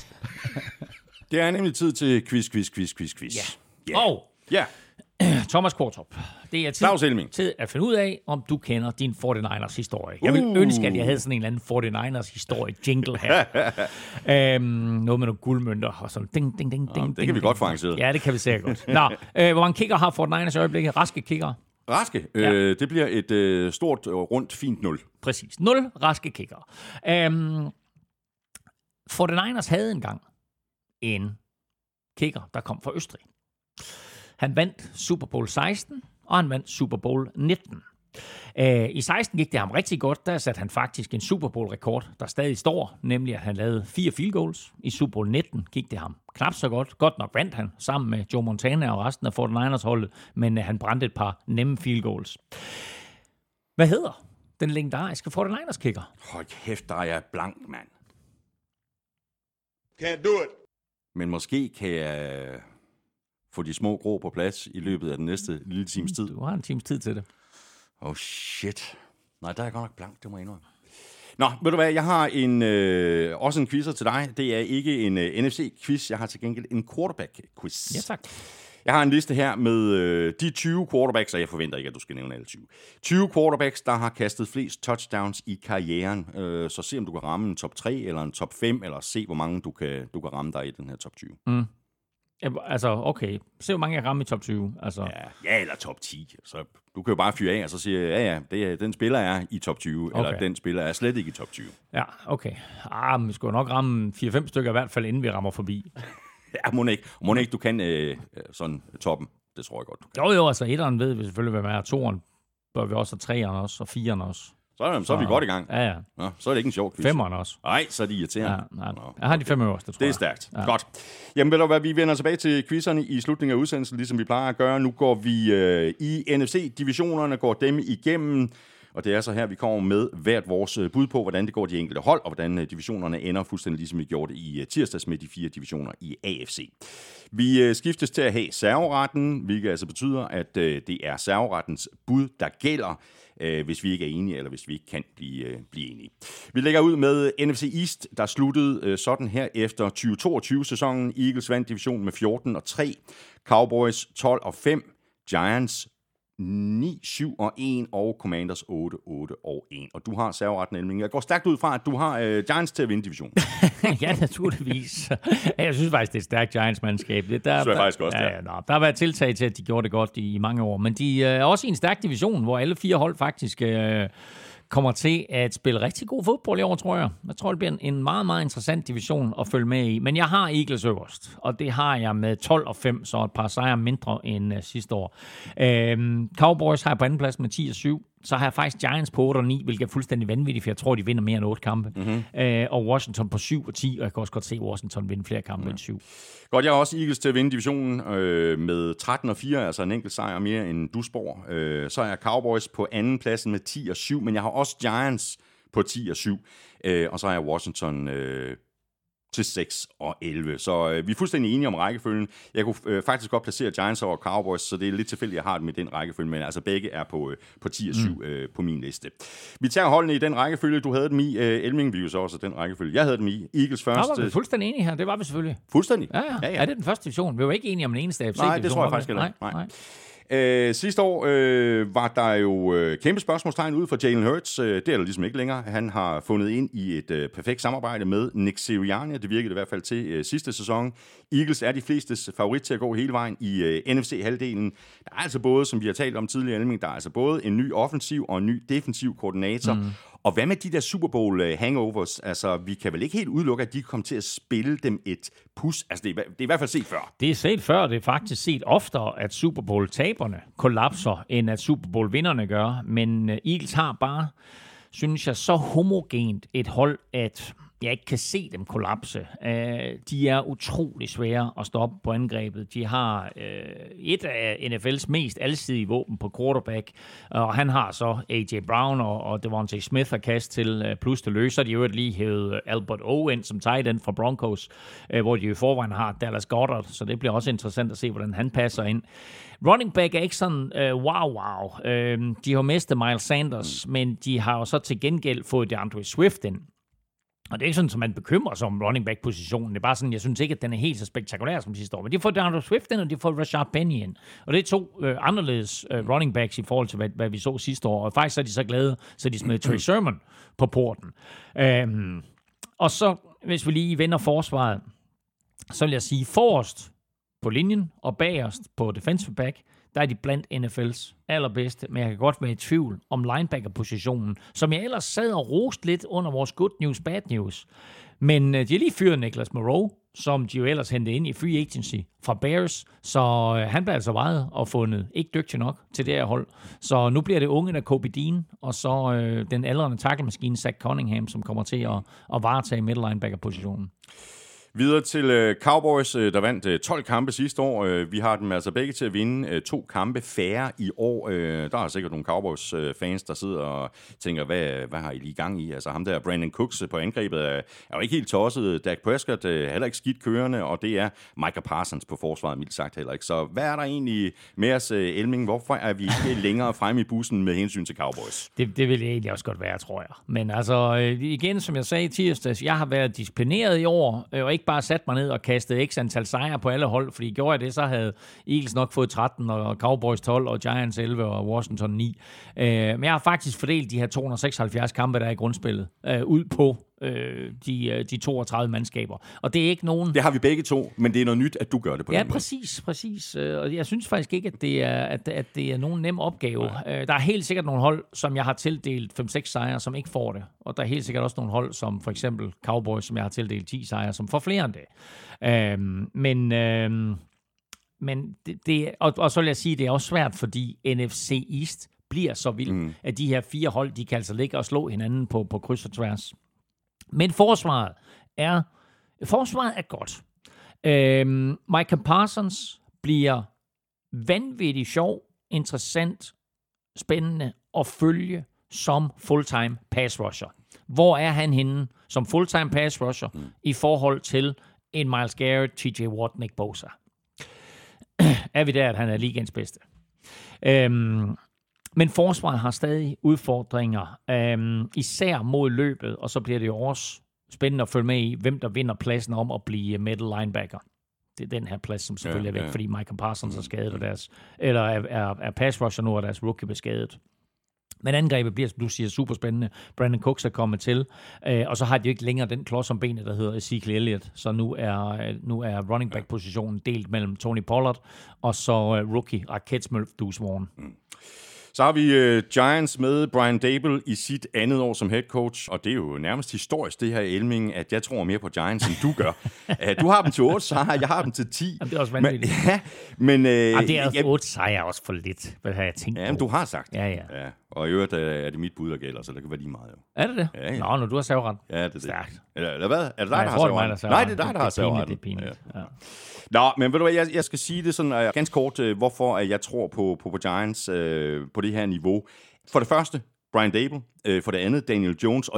Det er nemlig tid til quiz, quiz, quiz, quiz, quiz. Ja. Yeah. Og ja. Thomas Kvartrup, det er tid til at finde ud af, om du kender din forty-niners historie. Jeg vil uh. ønske, at jeg havde sådan en eller anden forty-niners historie jingle her. øhm, noget med nogle guldmønter og sådan. Ding, ding, ding, oh, ding, det ding, kan vi ding. godt få arrangeret. Ja, det kan vi sikkert godt. Nå, øh, hvor mange kicker har forty-niners i øjeblikket? Raske kicker? Raske? Ja. Øh, det bliver et øh, stort, rundt, fint nul. Præcis. Nul raske kicker. Øhm, forty-niners havde engang en kicker, der kom fra Østrig. Han vandt Super Bowl seksten, og han vandt Super Bowl nitten. Uh, I seksten gik det ham rigtig godt. Der satte han faktisk en Super Bowl-rekord, der stadig står, nemlig at han lavede fire field goals. I Super Bowl nitten gik det ham knap så godt. Godt nok vandt han sammen med Joe Montana og resten af forty-niners-holdet, men uh, han brændte et par nemme field goals. Hvad hedder den legendariske forty-niners-kicker? Hold kæft, der er jeg blank, mand. Can't do it. Men måske kan jeg få de små grå på plads i løbet af den næste lille times tid. Du har en times tid til det. Oh shit. Nej, der er jeg godt nok blank, det må jeg indrømme. Nå, ved du hvad, jeg har en, øh, også en quizzer til dig. Det er ikke en øh, N F C-quiz, jeg har til gengæld en quarterback-quiz. Ja, tak. Jeg har en liste her med øh, de tyve quarterbacks, og jeg forventer ikke, at du skal nævne alle tyve. tyve quarterbacks, der har kastet flest touchdowns i karrieren. Øh, så se, om du kan ramme en top tre eller en top fem, eller se, hvor mange du kan, du kan ramme dig i den her top tyve. Mm. Ja, altså, okay. Se, hvor mange jeg rammer i top tyve. Altså. Ja, ja, eller top ti. Så du kan jo bare fyre af, og så sige, ja, ja, det, den spiller er i top tyve, okay. Eller den spiller er slet ikke i top tyve. Ja, okay. Ah, men vi skal jo nok ramme fire fem stykker i hvert fald, inden vi rammer forbi. Ja, må ikke. Må ikke, du kan øh, sådan toppen. Det tror jeg godt, du kan. Jo, jo, altså etteren ved vi selvfølgelig, hvad man er. Toeren bør vi også, og treeren også, og fireren også. Så er, så er vi godt i gang. Ja, ja. Nå, så er det ikke en sjov quiz. Femeren også. Nej, så er det irriterende. Ja, nej. Jeg har de fem øverste, tror jeg. Det er stærkt. Ja. Godt. Jamen, ved du hvad, vi vender tilbage til quizzerne i slutningen af udsendelsen, ligesom vi plejer at gøre. Nu går vi øh, i N F C-divisionerne, går dem igennem. Og det er så her, vi kommer med hvert vores bud på, hvordan det går de enkelte hold, og hvordan divisionerne ender fuldstændig ligesom vi gjorde det i tirsdags med de fire divisioner i A F C. Vi skiftes til at have serveretten, hvilket altså betyder, at det er serverettens bud, der gælder, hvis vi ikke er enige, eller hvis vi ikke kan blive, blive enige. Vi lægger ud med N F C East, der sluttede sådan her efter tyve toogtyve-sæsonen. Eagles vandt divisionen med fjorten og tre, Cowboys tolv og fem, Giants ni syv og en, og Commanders otte otte og en. Og du har serveretten, Elming. Jeg går stærkt ud fra, at du har øh, Giants til at vinde divisionen. Ja, naturligvis. Jeg synes faktisk, det er et stærkt Giants-mandskab. Det der, det synes jeg faktisk også, ja, ja, no, der har været tiltag til, at de gjorde det godt i, i mange år. Men de er også i en stærk division, hvor alle fire hold faktisk øh, kommer til at spille rigtig god fodbold i år, tror jeg. Jeg tror, det bliver en, en meget, meget interessant division at følge med i. Men jeg har Eagles øverst, og det har jeg med tolv og fem, så et par sejre mindre end uh, sidste år. Øhm, Cowboys har jeg på anden plads med ti og syv. Så har jeg faktisk Giants på otte og ni, hvilket er fuldstændig vanvittigt, for jeg tror, de vinder mere end otte kampe. Mm-hmm. Øh, og Washington på syv og ti, og jeg kan også godt se Washington vinde flere kampe mm. end syv. Godt, jeg har også Eagles til at vinde divisionen øh, med tretten og fire, altså en enkelt sejr mere end Dusborg. Øh, så er jeg Cowboys på anden pladsen med ti og syv, men jeg har også Giants på ti og syv. Øh, og så har jeg Washington øh, til seks og elleve. Så øh, vi er fuldstændig enige om rækkefølgen. Jeg kunne øh, faktisk godt placere Giants over Cowboys, så det er lidt tilfældigt, jeg har det med den rækkefølge, men altså begge er på, øh, på ti og syv mm. øh, på min liste. Vi tager holdene i den rækkefølge, du havde dem i. Øh, Elming, vi jo så også den rækkefølge. Jeg havde dem i. Eagles først. Der var vi fuldstændig enige her, det var vi selvfølgelig. Fuldstændig? Ja, ja. ja, ja. Er det den første division? Vi var ikke enige om den eneste A F C-division. Nej, det tror jeg faktisk ikke. Nej, nej. nej. Øh, sidste år øh, var der jo øh, kæmpe spørgsmålstegn ud for Jalen Hurts. Øh, det er der ligesom ikke længere. Han har fundet ind i et øh, perfekt samarbejde med Nick Sirianni. Det virkede i hvert fald til øh, sidste sæson. Eagles er de flestes favorit til at gå hele vejen i øh, N F C-halvdelen. Der er altså både, som vi har talt om tidligere, Elming, der er altså både en ny offensiv og en ny defensiv koordinator. Mm. Og hvad med de der Super Bowl hangovers? Altså, vi kan vel ikke helt udelukke, at de kommer til at spille dem et pus? Altså, det er, det er i hvert fald set før. Det er set før, det er faktisk set oftere, at Super Bowl-taberne kollapser, end at Super Bowl-vinderne gør. Men Eagles har bare, synes jeg, så homogent et hold, at jeg ikke kan se dem kollapse. Uh, de er utrolig svære at stoppe på angrebet. De har uh, et af N F L's mest alsidige våben på quarterback, og han har så A J Brown og, og Devontae Smith at kaste til, uh, plus det løser. De jo lige hævet Albert Owen som tight end fra Broncos, uh, hvor de jo i forvejen har Dallas Goedert, så det bliver også interessant at se, hvordan han passer ind. Running back er ikke sådan uh, wow-wow. Uh, de har mistet Miles Sanders, mm. men de har jo så til gengæld fået DeAndre Swift ind. Og det er ikke sådan, at man bekymrer sig om running back-positionen. Det er bare sådan, jeg synes ikke, at den er helt så spektakulær som sidste år. Men de får DeAndre Swift ind, og de får Rashard Penny ind. Og det er to øh, anderledes øh, running backs i forhold til, hvad, hvad vi så sidste år. Og faktisk er de så glade, så de smed Trey Sermon på porten. Øhm, og så, hvis vi lige vender forsvaret, så vil jeg sige, forrest på linjen og bagerst på defensive back, der er de blandt N F L's allerbedste, men jeg kan godt være i tvivl om linebacker-positionen, som jeg ellers sad og roste lidt under vores good news, bad news. Men øh, de har lige fyret Nicholas Moreau, som de jo ellers hentede ind i free agency fra Bears, så øh, han blev altså vejet og fundet ikke dygtig nok til det her hold. Så nu bliver det unge af Kobe Dean, og så øh, den aldrende tackle-maskine Zach Cunningham, som kommer til at, at varetage middle linebacker-positionen. Videre til uh, Cowboys, uh, der vandt uh, tolv kampe sidste år. Uh, vi har dem altså begge til at vinde uh, to kampe færre i år. Uh, der er sikkert nogle Cowboys-fans, uh, der sidder og tænker, hvad, hvad har I lige gang i? Altså ham der, Brandon Cooks uh, på angrebet, er, er jo ikke helt tosset. Dak Prescott uh, heller ikke skidt kørende, og det er Micah Parsons på forsvaret, mildt sagt heller ikke. Så hvad er der egentlig med os, uh, Elming? Hvorfor er vi ikke længere fremme i bussen med hensyn til Cowboys? Det, det vil egentlig også godt være, tror jeg. Men altså, igen, som jeg sagde i tirsdags, jeg har været disciplineret i år, og ikke bare sat mig ned og kastet x antal sejre på alle hold, fordi gjorde jeg det, så havde Eagles nok fået tretten, og Cowboys tolv, og Giants elleve, og Washington ni. Øh, men jeg har faktisk fordelt de her to hundrede seksoghalvfjerds kampe, der er i grundspillet, øh, ud på øh, de, de toogtredive mandskaber. Og det er ikke nogen... Det har vi begge to, men det er noget nyt, at du gør det på ja, den måde. præcis, præcis. Og jeg synes faktisk ikke, at det er, at, at det er nogen nem opgave. Nej. Der er helt sikkert nogle hold, som jeg har tildelt fem seks sejre, som ikke får det. Og der er helt sikkert også nogle hold, som for eksempel Cowboys, som jeg har tildelt ti sejre, som får flere end det. Øhm, men... Øhm, men det, det, og, og så vil jeg sige, at det er også svært, fordi N F C East bliver så vild, mm. at de her fire hold, de kan altså ligge og slå hinanden på, på kryds og tværs. Men forsvaret er, forsvaret er godt. Øhm, Micah Parsons bliver vanvittigt sjov, interessant, spændende at følge som full-time pass rusher. Hvor er han henne som full-time pass rusher mm. i forhold til en Myles Garrett, T J Watt, Nick Bosa? Er vi der, at han er ligaens bedste? Øhm, men forsvaret har stadig udfordringer, øhm, især mod løbet, og så bliver det jo også spændende at følge med i, hvem der vinder pladsen om at blive middle linebacker. Det er den her plads, som selvfølgelig ja, er væk, ja. fordi Micah Parsons er skadet, og deres, eller er, er, er pass rusher nu, og deres rookie er skadet. Men angrebet bliver, som du siger, super spændende. Brandon Cooks er kommet til, øh, og så har de jo ikke længere den klods om benet, der hedder Ezekiel Elliott. Så nu er, nu er running back-positionen delt mellem Tony Pollard og så uh, rookie Raquel Smith-Deuce Vaughn. Mm. Så har vi uh, Giants med Brian Daboll i sit andet år som head coach, og det er jo nærmest historisk, det her Elming, at jeg tror mere på Giants, end du gør. uh, du har dem til otte sejre, jeg har dem til ti. Jamen, det er også vanvittigt. Men, ja, men... Uh, Jamen, det er også otte sejre også for lidt, hvad har jeg tænkt ja, på. Du har sagt. Ja, ja. ja. Og i øvrigt er det mit bud, der gælder, så det kan være lige meget. Jo. Er det det? Ja, ja. Nå, når du har savret. Ja, det er det. Stærkt. Eller, eller hvad? Er det dig, Nej, der har savret? savret? Nej, det er dig, der har savret. Det er pinligt. Ja. Ja. Nå, men ved du hvad, jeg, jeg skal sige det sådan uh, ganske kort, uh, hvorfor uh, jeg tror på, på, på Giants uh, på det her niveau. For det første, Brian Daboll. Uh, for det andet, Daniel Jones. Og ikke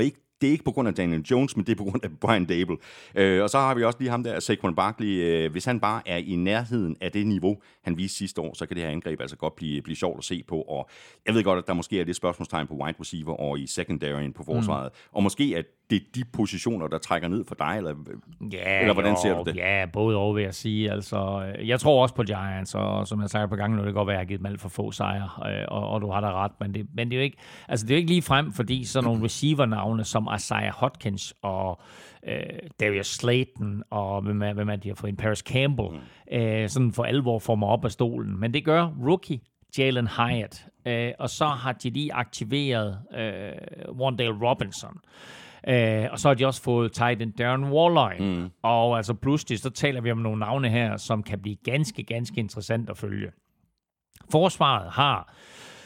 det er ikke på grund af Daniel Jones, men det er på grund af Brian Daboll. Øh, og så har vi også lige ham der, Saquon Barkley. Øh, hvis han bare er i nærheden af det niveau, han viste sidste år, så kan det her angreb altså godt blive, blive sjovt at se på. Og jeg ved godt, at der måske er det spørgsmålstegn på wide receiver og i secondaryen på forsvaret. Mm. Og måske at det er de positioner, der trækker ned for dig, eller, ja, eller hvordan jo, ser du det? Ja, både og vil jeg sige. Altså, jeg tror også på Giants, og som jeg sagde på gangen, nu det kan godt være, at jeg har givet dem alt for få sejre, og, og du har da ret, men det, men det er jo ikke, altså det er jo ikke lige frem, fordi sådan nogle receiver-navne som Isaiah Hodgins og øh, Darius Slayton, og hvem er, hvem er de har fået en Paris Campbell, mm. øh, sådan for alvor får mig op af stolen. Men det gør rookie Jalen Hyatt, øh, og så har de lige aktiveret øh, Wan'Dale Robinson. Uh, og så har de også fået tight end Darren Waller. Mm. Og altså pludselig, så taler vi om nogle navne her, som kan blive ganske, ganske interessant at følge. Forsvaret har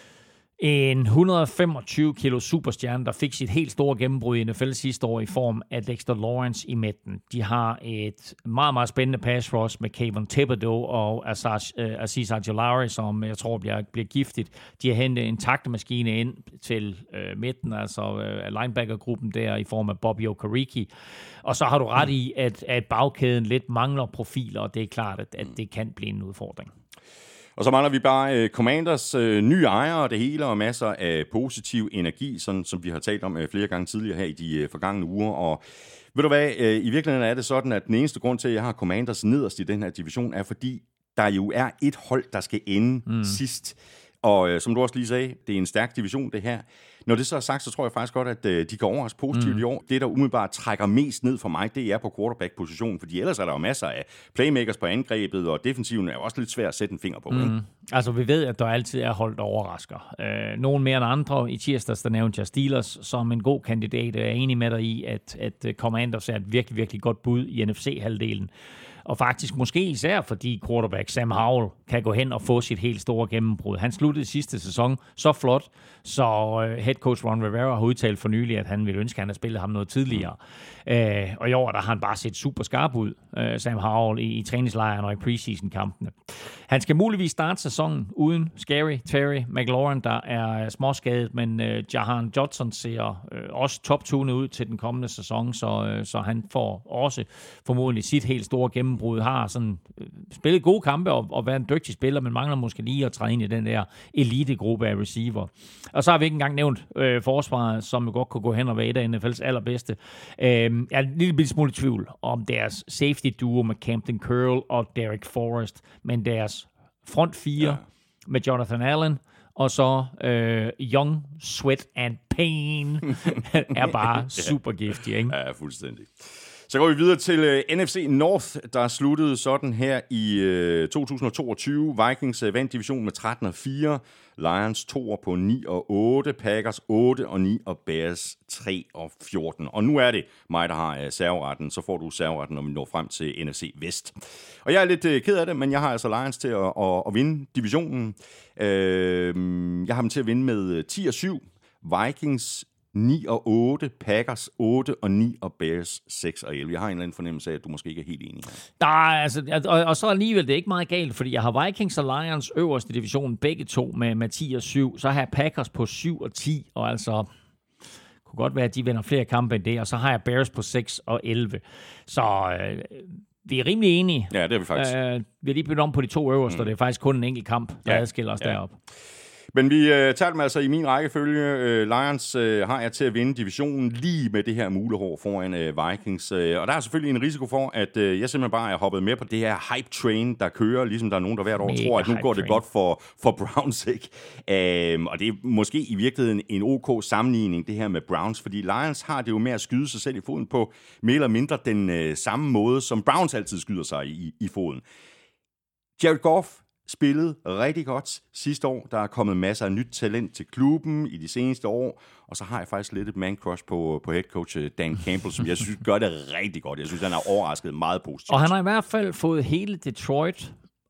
en et hundrede og femogtyve kilo superstjerne, der fik sit helt store gennembrud i N F L sidste år i form af Dexter Lawrence i midten. De har et meget, meget spændende pass rush med Kayvon Thibodeau og Aziz Ojulari, som jeg tror bliver, bliver giftigt. De har hentet en taktemaskine ind til øh, midten, altså øh, linebackergruppen der i form af Bobby Okereke. Og så har du ret i, at, at bagkæden lidt mangler profiler, og det er klart, at, at det kan blive en udfordring. Og så mangler vi bare uh, Commanders uh, nye ejere og det hele, og masser af positiv energi, sådan som vi har talt om uh, flere gange tidligere her i de uh, forgangne uger. Og ved du hvad, uh, i virkeligheden er det sådan, at den eneste grund til, at jeg har Commanders nederst i den her division, er fordi, der jo er et hold, der skal ende mm. sidst. Og uh, som du også lige sagde, det er en stærk division, det her. Når det så er sagt, så tror jeg faktisk godt, at øh, de kan overraske positivt mm. i år. Det, der umiddelbart trækker mest ned for mig, det er på quarterback-positionen, fordi ellers er der jo masser af playmakers på angrebet, og defensiven er jo også lidt svært at sætte en finger på. Mm. Ikke? Altså, vi ved, at der altid er holdt overrasker. Øh, nogen mere end andre. I tirsdags, der nævnte jeg Steelers som en god kandidat. Jeg er enig med dig i, at, at Commanders er et virkelig, virkelig godt bud i N F C-halvdelen. Og faktisk måske især, fordi quarterback Sam Howell kan gå hen og få sit helt store gennembrud. Han sluttede sidste sæson så flot, så uh, head coach Ron Rivera har udtalt for nylig, at han ville ønske, at han havde spillet ham noget tidligere. Mm. Uh, og i år der har han bare set super skarp ud, uh, Sam Howell, i, i træningslejren og i preseason-kampene. Han skal muligvis starte sæsonen uden Scary Terry McLaurin, der er småskadet, men uh, Jahan Judson ser uh, også top-tunet ud til den kommende sæson, så, uh, så han får også formodentlig sit helt store gennembrud. Har sådan øh, spillet gode kampe og, og været en dygtig spiller, men mangler måske lige at træde ind i den der elitegruppe af receiver. Og så har vi ikke engang nævnt øh, forsvaret, som jo godt kunne gå hen og være et af N F L's allerbedste. Øh, jeg er en lille smule i tvivl om deres safety duo med Camden Curl og Derek Forrest, men deres front fire ja. med Jonathan Allen og så øh, Young, Sweat and Pain er bare super giftig, ikke? Ja, fuldstændig. Så går vi videre til uh, N F C North, der sluttede sådan her i uh, to tusind og toogtyve. Vikings uh, vandt divisionen med tretten og fire, Lions to på ni og otte, Packers otte og ni og Bears tre og fjorten. Og nu er det mig, der har uh, serveretten. Så får du serveretten, når vi når frem til N F C Vest. Og jeg er lidt uh, ked af det, men jeg har altså Lions til at, at, at vinde divisionen. Uh, jeg har dem til at vinde med ti og syv, Vikings ni og otte, Packers otte og ni og Bears seks og elleve. Jeg har en eller anden fornemmelse af, at du måske ikke er helt enig her. Nej, altså, og, og så alligevel, det er ikke meget galt, fordi jeg har Vikings og Lions øverste division, begge to med, med ti og syv. Så har jeg Packers på syv og ti, og altså kunne godt være, at de vinder flere kampe end det, og så har jeg Bears på seks og elleve. Så øh, vi er rimelig enige. Ja, det er vi faktisk. Øh, vi har lige byttet om på de to øverste, mm. og det er faktisk kun en enkelt kamp, der ja. adskiller os ja. deroppe. Men vi øh, tager dem altså i min rækkefølge. Øh, Lions øh, har jeg til at vinde divisionen lige med det her mulehår foran øh, Vikings. Øh, og der er selvfølgelig en risiko for, at øh, jeg simpelthen bare er hoppet med på det her hype-train, der kører, ligesom der er nogen, der hvert år Mega tror, at nu går det train. godt for, for Browns, ikke? Øh, og det er måske i virkeligheden en OK sammenligning, det her med Browns, fordi Lions har det jo med at skyde sig selv i foden på mere eller mindre den øh, samme måde, som Browns altid skyder sig i, i foden. Jared Goff spillede rigtig godt sidste år. Der er kommet masser af nyt talent til klubben i de seneste år. Og så har jeg faktisk lidt et man-crush på, på head coach Dan Campbell, som jeg synes gør det rigtig godt. Jeg synes, han har overrasket meget positivt. Og han har i hvert fald fået hele Detroit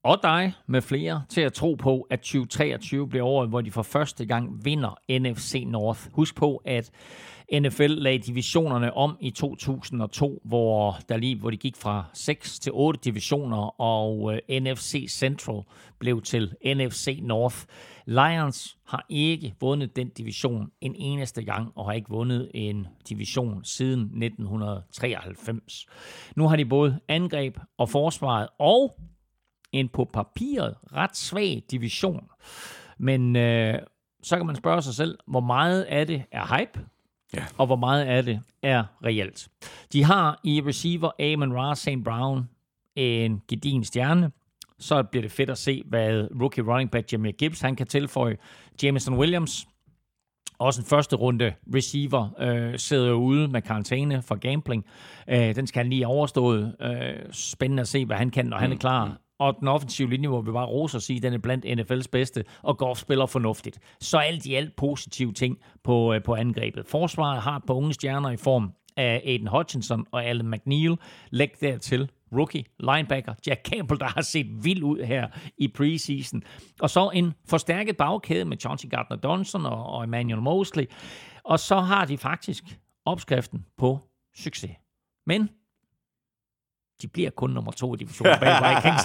og dig med flere til at tro på, at tyve treogtyve bliver året, hvor de for første gang vinder N F C North. Husk på, at N F L lagde divisionerne om i to tusind og to, hvor, der lige, hvor de gik fra seks til otte divisioner, og uh, N F C Central blev til N F C North. Lions har ikke vundet den division en eneste gang, og har ikke vundet en division siden nitten treoghalvfems. Nu har de både angreb og forsvaret, og en på papiret ret svag division. Men øh, så kan man spørge sig selv, hvor meget af det er hype, ja, og hvor meget af det er reelt. De har i receiver Amon-Ra Saint Brown en gedigen stjerne. Så bliver det fedt at se, hvad rookie running back Jahmyr Gibbs han kan tilføje. Jameson Williams, også en første runde receiver, øh, sidder ude med karantæne for gambling. Øh, den skal han lige overstået. Øh, spændende at se, hvad han kan, når han er klar. Og den offensive linje, hvor vi bare roser og sige, den er blandt N F L's bedste, og Goff spiller fornuftigt. Så alt i alt positive ting på, øh, på angrebet. Forsvaret har på unge stjerner i form af Aiden Hutchinson og Allen McNeil. Læg dertil rookie linebacker Jack Campbell, der har set vild ud her i preseason. Og så en forstærket bagkæde med Chauncey Gardner-Johnson og, og Emmanuel Mosley. Og så har de faktisk opskriften på succes. Men de bliver kun nummer to i divisionen bag Vikings.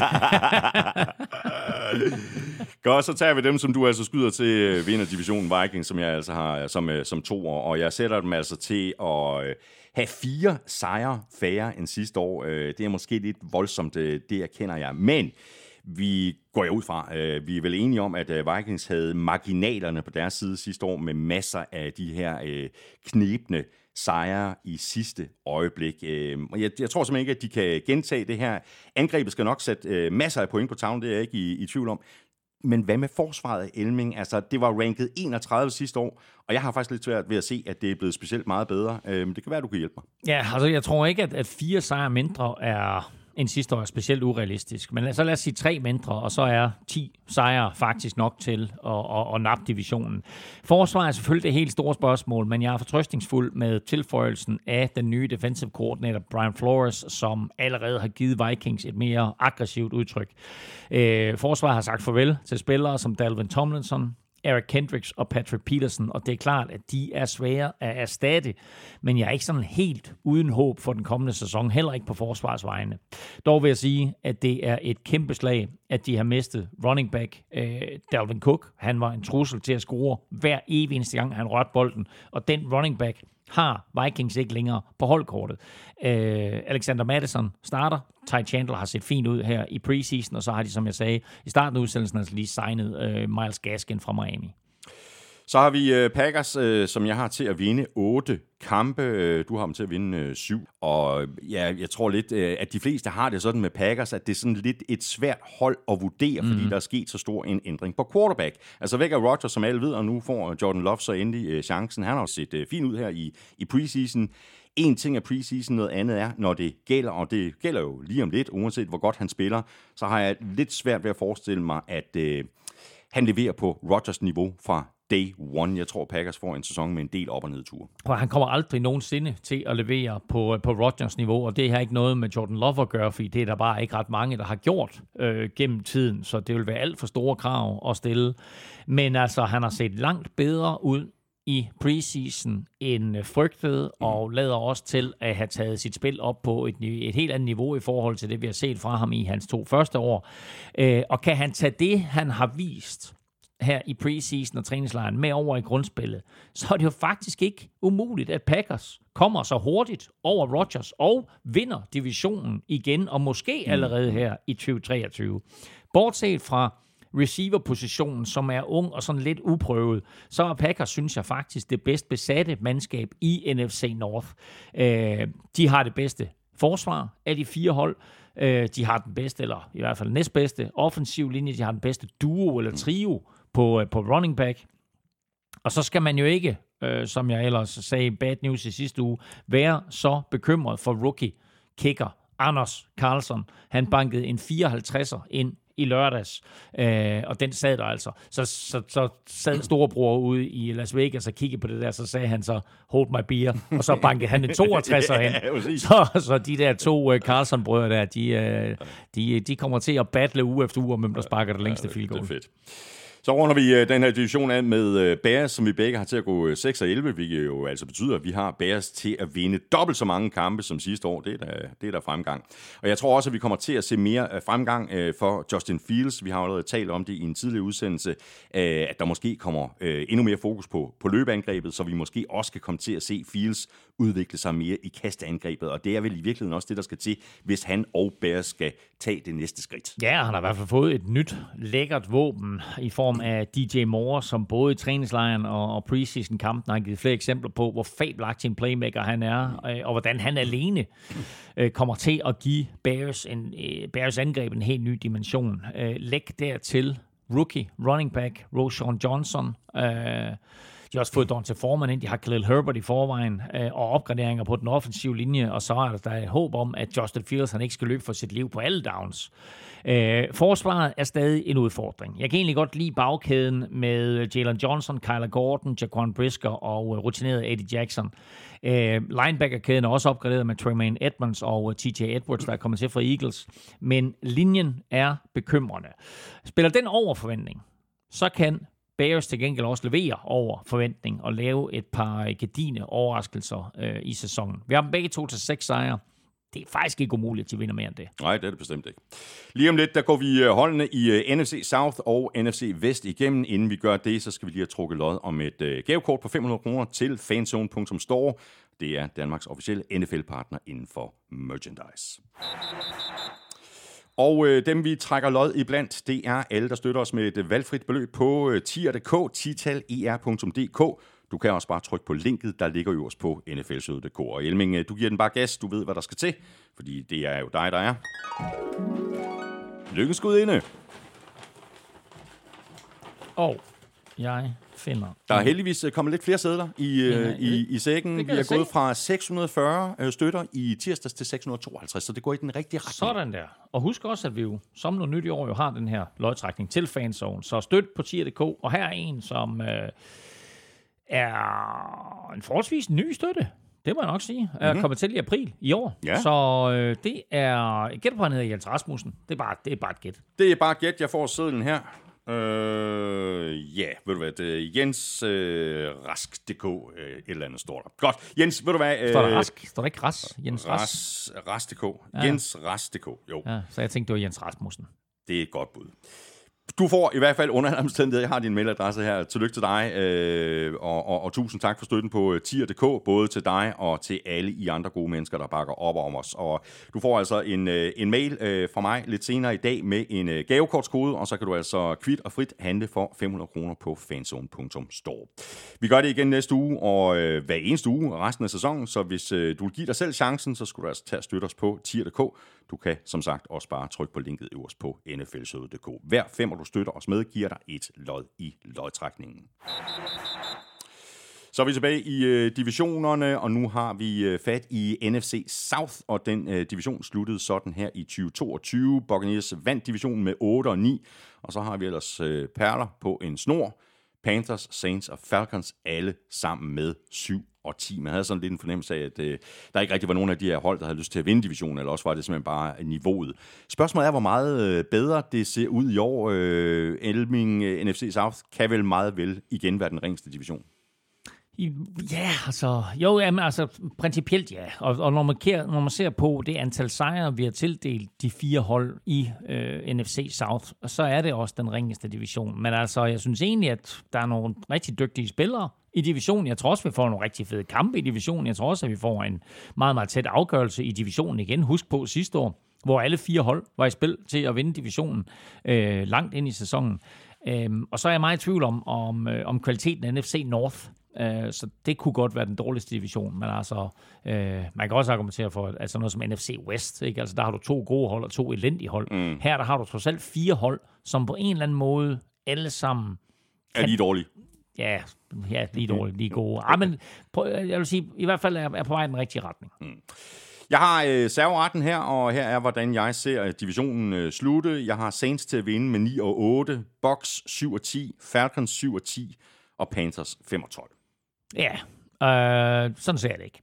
Godt, så tager vi dem, som du altså skyder til vinder divisionen Vikings, som jeg altså har som, som toer, og jeg sætter dem altså til at have fire sejre færre end sidste år. Det er måske lidt voldsomt, det erkender jeg, men vi går jo ud fra, vi er vel enige om, at Vikings havde marginalerne på deres side sidste år med masser af de her knebne sejre i sidste øjeblik. Jeg, jeg tror simpelthen ikke, at de kan gentage det her. Angrebet skal nok sætte masser af point på tavlen, det er jeg ikke i, i tvivl om. Men hvad med forsvaret, Elming? Altså, det var ranket enogtredive sidste år, og jeg har faktisk lidt svært ved at se, at det er blevet specielt meget bedre. Men det kan være, at du kan hjælpe mig. Ja, altså jeg tror ikke, at, at fire sejre mindre er en sidste år er specielt urealistisk. Men så lad os sige tre mindre, og så er ti sejre faktisk nok til at, at, at nappe divisionen. Forsvaret er selvfølgelig det helt store spørgsmål, men jeg er fortrøstningsfuld med tilføjelsen af den nye defensive coordinator Brian Flores, som allerede har givet Vikings et mere aggressivt udtryk. Øh, forsvaret har sagt farvel til spillere som Dalvin Tomlinson, Eric Kendricks og Patrick Peterson, og det er klart, at de er svære at erstatte, men jeg er ikke sådan helt uden håb for den kommende sæson, heller ikke på forsvarsvejene. Dog vil jeg sige, at det er et kæmpe slag, at de har mistet running back øh, Dalvin Cook. Han var en trussel til at score hver evig eneste gang, han rørte bolden, og den running back har Vikings ikke længere på holdkortet. Øh, Alexander Mattison starter. Ty Chandler har set fint ud her i preseason, og så har de, som jeg sagde, i starten af udsendelsen altså lige signet øh, Myles Gaskin fra Miami. Så har vi øh, Packers, øh, som jeg har til at vinde otte kampe. Øh, du har dem til at vinde øh, syv. Og ja, jeg tror lidt, øh, at de fleste har det sådan med Packers, at det er sådan lidt et svært hold at vurdere, fordi mm. der er sket så stor en ændring på quarterback. Altså væk af Rodgers, som alle ved, og nu får Jordan Love så endelig øh, chancen. Han har også set øh, fint ud her i, i preseason. En ting er preseason, noget andet er, når det gælder, og det gælder jo lige om lidt, uanset hvor godt han spiller, så har jeg lidt svært ved at forestille mig, at øh, han leverer på Rodgers niveau fra day one. Jeg tror, Packers får en sæson med en del op- og nedtur. Og han kommer aldrig nogensinde til at levere på, på Rodgers niveau, og det har ikke noget med Jordan Love at gøre, fordi det er der bare ikke ret mange, der har gjort øh, gennem tiden, så det vil være alt for store krav at stille. Men altså, han har set langt bedre ud i preseason end frygtet, og lader også til at have taget sit spil op på et, et helt andet niveau i forhold til det, vi har set fra ham i hans to første år. Øh, og kan han tage det, han har vist her i preseason og træningslejren med over i grundspillet, så er det jo faktisk ikke umuligt, at Packers kommer så hurtigt over Rodgers og vinder divisionen igen, og måske allerede her i tyve treogtyve. Bortset fra receiver-positionen, som er ung og sådan lidt uprøvet, så er Packers, synes jeg faktisk, det bedst besatte mandskab i N F C North. Øh, de har det bedste forsvar af de fire hold. Øh, de har den bedste, eller i hvert fald næstbedste offensiv linje. De har den bedste duo eller trio på, på running back. Og så skal man jo ikke, øh, som jeg ellers sagde bad news i sidste uge, være så bekymret for rookie kicker Anders Carlson. Han bankede en fireoghalvtredser ind i lørdags, øh, og den sad der altså. Så, så, så sad storebror ude i Las Vegas og kiggede på det der, så sagde han så, hold my beer, og så bankede han en toogtresser hen. Så, så de der to uh, Carlson-brødre der, de, uh, de, de kommer til at battle uge efter uge, om hvem der sparker det længste field goal. Det er fedt. Så runder vi uh, den her division af med uh, Bears, som vi begge har til at gå seks og elleve, hvilket jo altså betyder, at vi har Bears til at vinde dobbelt så mange kampe som sidste år. Det er der, det er der fremgang. Og jeg tror også, at vi kommer til at se mere uh, fremgang uh, for Justin Fields. Vi har allerede talt om det i en tidligere udsendelse, uh, at der måske kommer uh, endnu mere fokus på, på løbeangrebet, så vi måske også kan komme til at se Fields udvikle sig mere i kasteangrebet. Og det er vel i virkeligheden også det, der skal til, hvis han og Bears skal tage det næste skridt. Ja, han har i hvert fald fået et nyt, lækkert våben i form af D J Moore, som både i træningslejren og, og preseason-kampen har givet flere eksempler på, hvor fabelagtig en playmaker han er, og hvordan han alene øh, kommer til at give Bears, en, øh, Bears angreb en helt ny dimension. Øh, læg dertil rookie running back Roschon Johnson. Øh, De har også fået Dante Foreman ind, de har Khalil Herbert i forvejen, øh, og opgraderinger på den offensive linje, og så er der, der er et håb om, at Justin Fields han ikke skal løbe for sit liv på alle downs. Øh, forsvaret er stadig en udfordring. Jeg kan egentlig godt lide bagkæden med Jalen Johnson, Kyler Gordon, Jaquan Brisker og uh, rutineret Eddie Jackson. Øh, linebackerkæden er også opgraderet med Tremaine Edmonds og uh, T J Edwards, der er kommet til fra Eagles, men linjen er bekymrende. Spiller den over forventning, så kan Bears til gengæld også levere over forventning og lave et par gedigne overraskelser øh, i sæsonen. Vi har dem begge to til seks sejre. Det er faktisk ikke umuligt, at de vinder mere end det. Nej, det er det bestemt ikke. Lige om lidt, der går vi holdene i uh, N F C South og N F C Vest igennem. Inden vi gør det, så skal vi lige have trukket lod om et uh, gavekort på fem hundrede kroner til fanzone punktum store. Det er Danmarks officielle N F L-partner inden for merchandise. Og øh, dem, vi trækker lod i blandt, det er alle, der støtter os med et valgfrit beløb på øh, tier punktum d k, tital punktum e r punktum d k. Du kan også bare trykke på linket, der ligger øverst på N F L punktum d k. Og Elming, du giver den bare gas, du ved, hvad der skal til, fordi det er jo dig, der er. Lykkens gudinde. Og jeg finder... Der er heldigvis kommet lidt flere sædler i, ja, i, i sækken. Vi er gået fra seks hundrede og fyrre støtter i tirsdags til seks hundrede og tooghalvtreds, så det går i den rigtige retning. Sådan der. Og husk også, at vi jo som noget nyt i år jo har den her lodtrækning til fanzone. Så støt på tier punktum d k, og her er en, som øh, er en forholdsvis ny støtte. Det må jeg nok sige. Er mm-hmm. kommet til i april i år. Ja. Så øh, det er... Gæt på, han hedder Jens Rasmussen. Det er bare, det er bare et gæt. Det er bare et gæt. Jeg får sædlen her. Øh, ja, ved du hvad, det er Jens øh, Rask punktum d k, øh, et eller andet står der. Godt, Jens, ved du hvad... Øh, står der Rask? Står der ikke Ras? Jens Ras? Ras Rask punktum d k. Ja. Jens Rask punktum d k, jo. Ja, så jeg tænkte, det var Jens Rasmussen. Det er et godt bud. Du får i hvert fald under en omstændighed, jeg har din mailadresse her. Tillykke til dig, øh, og, og, og tusind tak for støtten på tier punktum d k, både til dig og til alle I andre gode mennesker, der bakker op om os. Og du får altså en, en mail øh, fra mig lidt senere i dag med en øh, gavekortskode, og så kan du altså kvit og frit handle for fem hundrede kroner på fanzone punktum store. Vi gør det igen næste uge, og øh, hver eneste uge resten af sæsonen, så hvis øh, du vil give dig selv chancen, så skulle du altså tage og støtte os på tier punktum d k. Du kan som sagt også bare trykke på linket øverst på N F L punktum d k. Hver femmer du støtter os med, giver dig et lod i lodtrækningen. Så er vi tilbage i øh, divisionerne, og nu har vi øh, fat i N F C South, og den øh, division sluttede sådan her i tyve toogtyve. Buccaneers vandt divisionen med otte og ni, og så har vi ellers øh, perler på en snor. Panthers, Saints og Falcons alle sammen med syv og ti. Man havde sådan lidt en fornemmelse af, at øh, der ikke rigtig var nogen af de her hold, der havde lyst til at vinde divisionen, eller også var det simpelthen bare niveauet. Spørgsmålet er, hvor meget øh, bedre det ser ud i år. Øh, Elming, øh, N F C South kan vel meget vel igen være den ringeste division. Ja, altså, jo, jamen, altså, principielt ja. Og, og når, man kære, når man ser på det antal sejre, vi har tildelt de fire hold i øh, N F C South, så er det også den ringeste division. Men altså, jeg synes egentlig, at der er nogle rigtig dygtige spillere i divisionen. Jeg tror også, vi får nogle rigtig fede kampe i divisionen. Jeg tror også, at vi får en meget, meget tæt afgørelse i divisionen igen. Husk på sidste år, hvor alle fire hold var i spil til at vinde divisionen øh, langt ind i sæsonen. Øhm, og så er jeg meget i tvivl om, om, øh, om kvaliteten af N F C North. Øh, så det kunne godt være den dårligste division. Men altså, øh, man kan også argumentere for altså noget som N F C West. Ikke? Altså, der har du to gode hold og to elendige hold. Mm. Her der har du trods alt fire hold, som på en eller anden måde alle sammen... Kan... Er lige dårlige? Ja, ja lige dårlige, lige gode. Ah, men jeg vil sige, i hvert fald er, er på vej i den rigtige retning. Mm. Jeg har øh, serveretten her, og her er, hvordan jeg ser divisionen øh, slutte. Jeg har Saints til at vinde med ni og otte, Bucks syv og ti, Falcons syv og ti og Panthers fem og tolv. Ja, øh, sådan ser jeg det ikke.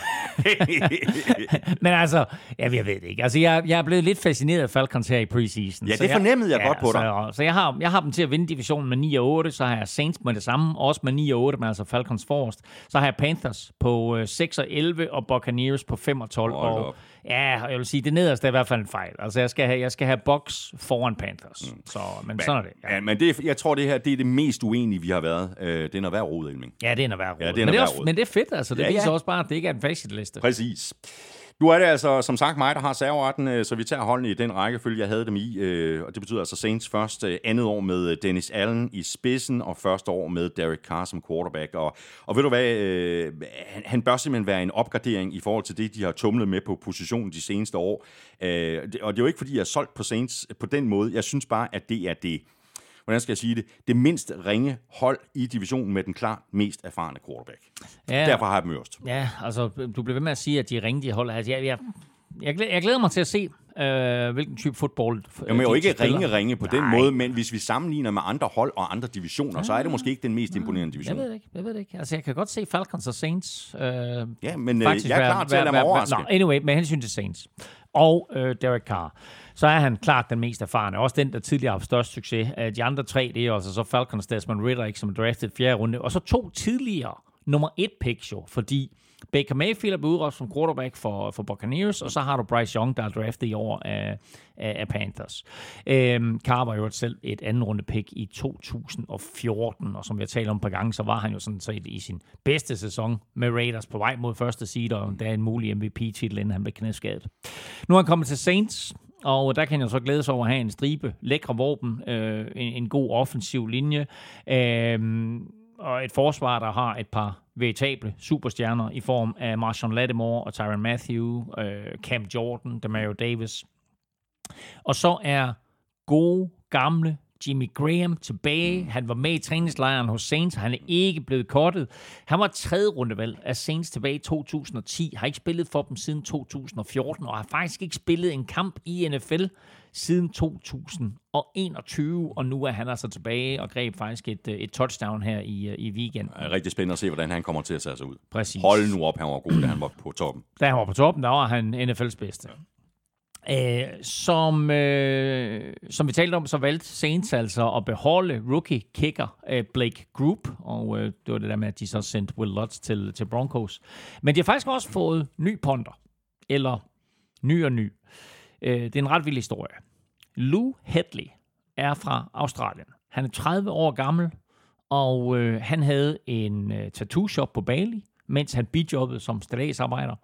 Men altså, jeg ved det ikke. Altså, jeg, jeg er blevet lidt fascineret af Falcons her i preseason. Ja, det fornemmede jeg, jeg ja, godt på dig. Så, så jeg, har, jeg har dem til at vinde divisionen med ni og otte, så har jeg Saints med det samme, også med ni og otte, men altså Falcons forrest. Så har jeg Panthers på øh, seks og elleve, og Buccaneers på fem og tolv. Hold og op. ja, jeg vil sige, det nederste er i hvert fald en fejl. Altså, jeg skal have, jeg skal have Bucks foran Panthers. Mm. Så, men, men sådan er det. Ja, ja men det, jeg tror, det her det er det mest uenige, vi har været. Øh, det er noget værd rod, Elming. Ja, det er noget værd rod. Ja, det men, er det er også, også, men det er fedt, altså. Det ja, viser ja. også bare, at det ikke er en facitliste. Præcis. Nu er det altså, som sagt, mig, der har serveretten, så vi tager holdene i den rækkefølge, jeg havde dem i. Og det betyder altså Saints først andet år med Dennis Allen i spidsen, og første år med Derek Carr som quarterback. Og, og ved du hvad, øh, han bør simpelthen være en opgradering i forhold til det, de har tumlet med på positionen de seneste år. Øh, og det er jo ikke, fordi jeg er solgt på Saints på den måde. Jeg synes bare, at det er det, hvordan skal jeg sige det, det mindst ringe hold i divisionen med den klart mest erfarne quarterback. Ja, derfor har jeg dem øverst. Ja, altså, du bliver ved med at sige, at de er ringe, de hold. Altså, jeg, jeg, jeg, glæder, jeg glæder mig til at se, øh, hvilken type fodbold de Jamen jo ikke spiller. ringe-ringe på Nej. den måde, men hvis vi sammenligner med andre hold og andre divisioner, ja. så er det måske ikke den mest imponerende division. Jeg ved det ikke, jeg ved det ikke. Altså, jeg kan godt se Falcons og Saints. Øh, ja, men øh, jeg er klar til at lade mig overraske. No, anyway, med hensyn til Saints og øh, Derek Carr, så er han klart den mest erfarne. Også den, der tidligere har haft størst succes. De andre tre, det er altså så Falcons, Desmond Ridder, ikke, som er draftet fjerde runde. Og så to tidligere nummer et picks jo, fordi Baker Mayfield er blevet udråbt som quarterback for, for Buccaneers, og så har du Bryce Young, der er draftet i år af, af, af Panthers. Øhm, Carr var jo selv et anden runde pick i to tusind og fjorten, og som jeg talte om et par gange, så var han jo sådan set i sin bedste sæson med Raiders på vej mod første seed, og der er en mulig M V P-titel, inden han blev knæskadet. Nu er han kommet til Saints, og der kan jeg så glæde sig over at have en stribe lækre våben, øh, en, en god offensiv linje, øh, og et forsvar, der har et par veritable superstjerner i form af Marshawn Lattimore og Tyrann Mathieu, øh, Cam Jordan, Demario Davis. Og så er gode, gamle Jimmy Graham tilbage. Han var med i træningslejren hos Saints. Han er ikke blevet cuttet. Han var tredje rundevalg af Saints tilbage i to tusind og ti. Har ikke spillet for dem siden to tusind og fjorten, og har faktisk ikke spillet en kamp i N F L siden to tusind og enogtyve. Og nu er han altså tilbage og greb faktisk et, et touchdown her i, i weekenden. Det er rigtig spændende at se, hvordan han kommer til at tage sig ud. Præcis. Hold nu op, han var god, da han var på toppen. Da han var på toppen, der var han N F L's bedste. Ja. Uh, som, uh, som vi talte om, så valgte Saints altså at beholde rookie kicker uh, Blake Group, og uh, det var det der med, at de så sendte Will Lutz til, til Broncos. Men de har faktisk også fået ny punter, eller ny og ny. Uh, det er en ret vild historie. Lou Hedley er fra Australien. Han er tredive år gammel, og uh, han havde en uh, tattoo-shop på Bali, mens han bidjobbede som stilladsarbejder.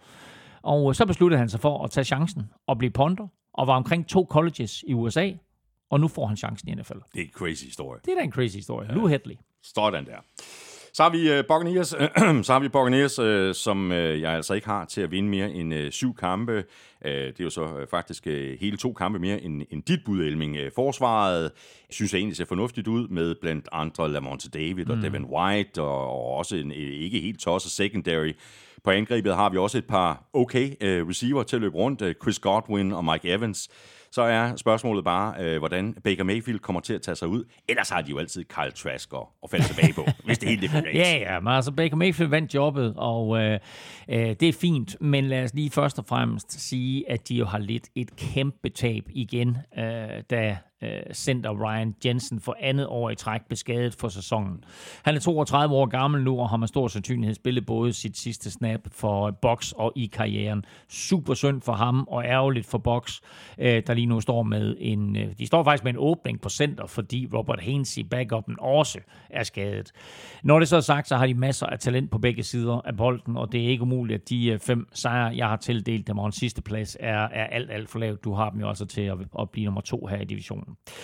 Og så besluttede han sig for at tage chancen og blive punter, og var omkring to colleges i U S A, og nu får han chancen i N F L. Det er en crazy historie. Det er da en crazy historie. Ja. Lou Hedley. Sådan der. Så har vi uh, Buccaneers, så har vi Buccaneers, uh, som uh, jeg altså ikke har til at vinde mere end uh, syv kampe. Uh, det er jo så uh, faktisk uh, hele to kampe mere end, end dit bud, Elming. Uh, forsvaret synes jeg egentlig ser fornuftigt ud med blandt andre Lavonte David mm. og Devin White, og, og også en ikke helt tosset secondary. På angrebet har vi også et par okay uh, receiver til at løbe rundt, uh, Chris Godwin og Mike Evans. Så er spørgsmålet bare, øh, hvordan Baker Mayfield kommer til at tage sig ud. Ellers har de jo altid Kyle Trask og, og falde tilbage på, hvis det hele det går Ja, ja, men altså Baker Mayfield vandt jobbet, og øh, øh, det er fint. Men lad os lige først og fremmest sige, at de jo har lidt et kæmpe tab igen, øh, da center Ryan Jensen for andet år i træk beskadet for sæsonen. Han er toogtredive år gammel nu, og har med stor sandsynlighed spillet både sit sidste snap for Bucks og i karrieren. Super synd for ham, og ærgerligt for Bucks, der lige nu står med en... De står faktisk med en åbning på center, fordi Robert Hainsey, backupen, også er skadet. Når det så er sagt, så har de masser af talent på begge sider af bolden, og det er ikke umuligt, at de fem sejre, jeg har tildelt dem, og en sidste plads, er, er alt, alt for lavt. Du har dem jo også til at, at blive nummer to her i divisionen.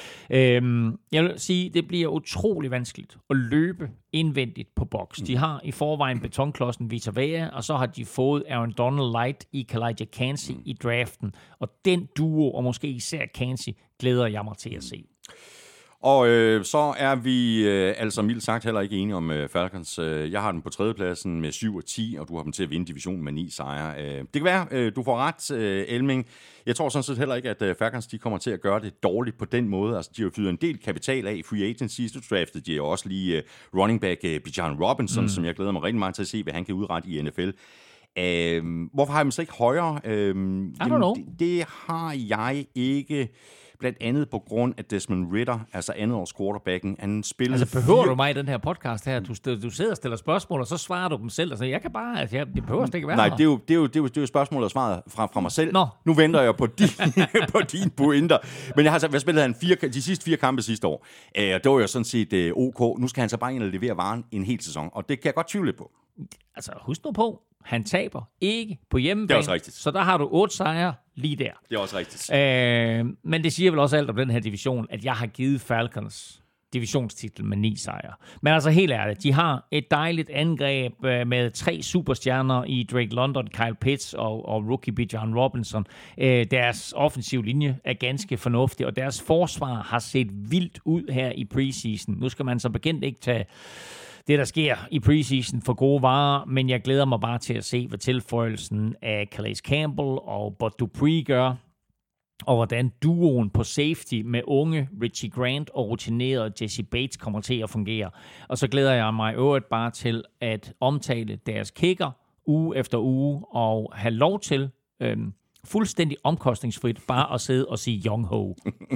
Øhm, jeg vil sige, det bliver utrolig vanskeligt at løbe indvendigt på boks. De har i forvejen betonklodsen Vita Vea, og så har de fået Aaron Donald Light i Kalijah Kancey i draften. Og den duo, og måske især Kancey, glæder jeg mig til at se. Og øh, så er vi øh, altså mildt sagt heller ikke enige om øh, Falcons. Øh, jeg har dem på tredjepladsen med syv og ti, og du har dem til at vinde divisionen med ni sejre. Øh, det kan være, øh, du får ret, øh, Elming. Jeg tror sådan set heller ikke, at øh, Falcons de kommer til at gøre det dårligt på den måde. Altså, de har jo fyret en del kapital af i free agency. Så draftede de jo også lige øh, running back øh, Bijan Robinson, mm. som jeg glæder mig rigtig meget til at se, hvad han kan udrette i N F L. Øh, hvorfor har jeg dem så ikke højere? Øh, jamen, det, det har jeg ikke... Blandt andet på grund af Desmond Ridder, altså andet års quarterbacken. Han spillede altså behøver fire... du mig i den her podcast her? Du, du sidder og stiller spørgsmål, og så svarer du dem selv. Altså, jeg kan bare... Altså, jeg, det behøver ikke være Nej, her. det er, jo, det, er jo, det, er jo, det er jo spørgsmål og svaret fra, fra mig selv. Nå. Nu venter jeg på din, på din pointer. Men jeg har så, hvad spillede han fire, de sidste fire kampe sidste år. Øh, og det var jo sådan set uh, ok. Nu skal han så bare ind og levere varen en hel sæson. Og det kan jeg godt tvivle lidt på. Altså, husk nu på, han taber ikke på hjemmebane. Det er også rigtigt. Så der har du otte sejre lige der. Det er også rigtigt. Øh, men det siger vel også alt om den her division, at jeg har givet Falcons divisionstitel med ni sejre. Men altså helt ærligt, de har et dejligt angreb med tre superstjerner i Drake London, Kyle Pitts og, og rookie Bijan Robinson. Øh, deres offensiv linje er ganske fornuftig, og deres forsvar har set vildt ud her i preseason. Nu skal man som bekendt ikke tage det, der sker i preseason for gode varer, men jeg glæder mig bare til at se, hvad tilføjelsen af Calais Campbell og Bud Dupree gør, og hvordan duoen på safety med unge Richie Grant og rutinerede Jesse Bates kommer til at fungere. Og så glæder jeg mig øvrigt bare til at omtale deres kicker uge efter uge, og have lov til øhm, fuldstændig omkostningsfrit bare at sidde og sige Young Ho.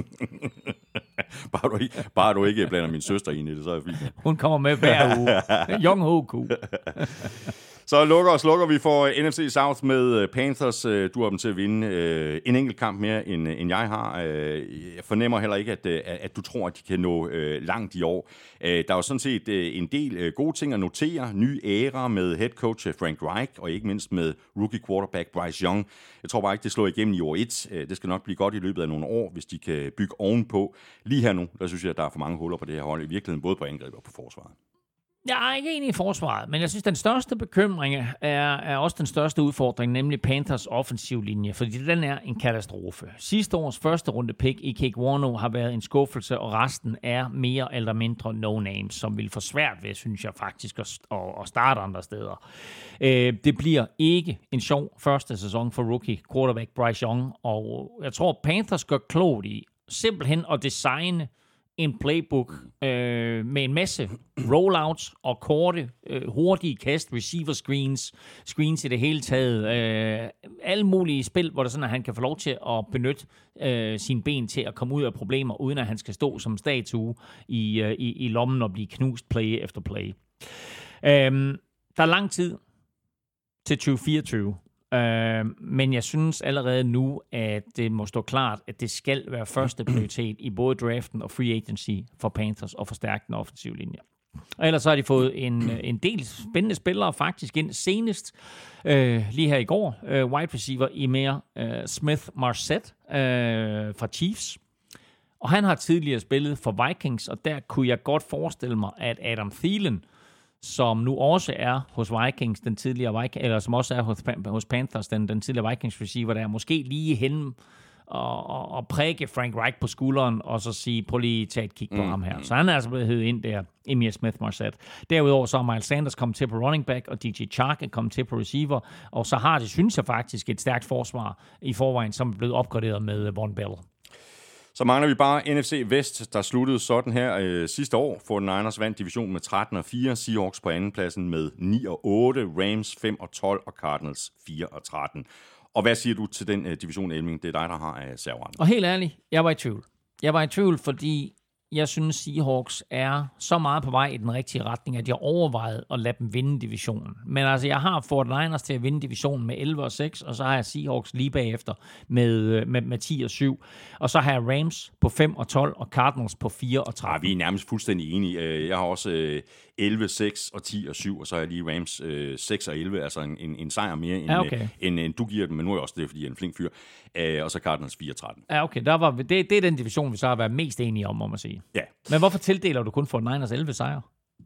bare, du ikke, bare du ikke blander min søster ind i det, så er det fint. Hun kommer med hver uge. Young Ho ku. Så lukker og slukker vi for N F C South med Panthers. Du har dem til at vinde en enkelt kamp mere, end, end jeg har. Jeg fornemmer heller ikke, at, at du tror, at de kan nå langt i år. Der er jo sådan set en del gode ting at notere. Ny æra med head coach Frank Reich, og ikke mindst med rookie quarterback Bryce Young. Jeg tror bare ikke, det slår igennem i år et. Det skal nok blive godt i løbet af nogle år, hvis de kan bygge ovenpå. Lige her nu, der synes jeg, at der er for mange huller på det her hold, i virkeligheden både på angreb og på forsvaret. Jeg er ikke enig i forsvaret, men jeg synes, den største bekymring er, er også den største udfordring, nemlig Panthers offensiv linje, fordi den er en katastrofe. Sidste års første runde pick i Keke Warno har været en skuffelse, og resten er mere eller mindre no-names, som vil få svært ved, synes jeg faktisk, at, at starte andre steder. Det bliver ikke en sjov første sæson for rookie quarterback Bryce Young, og jeg tror, Panthers gør klogt i simpelthen at designe en playbook øh, med en masse rollouts og korte, øh, hurtige kast, receiver screens, screens i det hele taget. Øh, alle mulige spil, hvor der sådan, at han kan få lov til at benytte øh, sine ben til at komme ud af problemer, uden at han skal stå som statue i, øh, i, i lommen og blive knust play efter play. Øh, der er lang tid til tyve fireogtyve. Uh, men jeg synes allerede nu, at det må stå klart, at det skal være første prioritet i både draften og free agency for Panthers og forstærke den offensive linje. Og ellers så har de fået en, en del spændende spillere faktisk ind senest, uh, lige her i går. Uh, wide receiver Emir uh, Smith-Marset uh, fra Chiefs. Og han har tidligere spillet for Vikings, og der kunne jeg godt forestille mig, at Adam Thielen, som nu også er hos Vikings, den tidligere Vikings, eller som også er hos, hos Panthers, den, den tidligere Vikings receiver, der er måske lige hen og, og, og prikke Frank Reich på skulderen, og så sige, prøv lige at tage et kig på mm. ham her. Så han er altså blevet hævet ind der, Emir Smith-Marset. Derudover så er Miles Sanders kommet til på running back, og D J Chark er kommet til på receiver, og så har det, synes jeg faktisk, et stærkt forsvar i forvejen, som er blevet opgraderet med Von Bell. Så mangler vi bare N F C Vest, der sluttede sådan her øh, sidste år. forty-niners vandt divisionen med tretten og fire, Seahawks på andenpladsen med ni og otte, Rams fem og tolv og Cardinals fire og tretten. Og hvad siger du til den øh, division, Elming? Det er dig, der har øh, serveretten. Og helt ærligt, jeg var i tvivl. Jeg var i tvivl, fordi jeg synes, Seahawks er så meget på vej i den rigtige retning, at jeg overvejede at lade dem vinde divisionen. Men altså, jeg har forty-niners til at vinde divisionen med elleve og seks, og så har jeg Seahawks lige bagefter med, med, med ti og syv. Og så har jeg Rams på fem og tolv, og Cardinals på fire og tretten. Ja, vi er nærmest fuldstændig enige. Jeg har også elleve, seks og ti og syv, og så har jeg lige Rams seks og elleve, altså en, en, en sejr mere, end, ja, okay. end, end du giver dem, men nu er jeg også det, fordi jeg er en flink fyr. Og så Cardinals fire og tretten. Ja, okay. Der var, det, det er den division, vi så har været mest enige om, må man sige. Ja. Men hvorfor tildeler du kun forty-niners elleve sejre?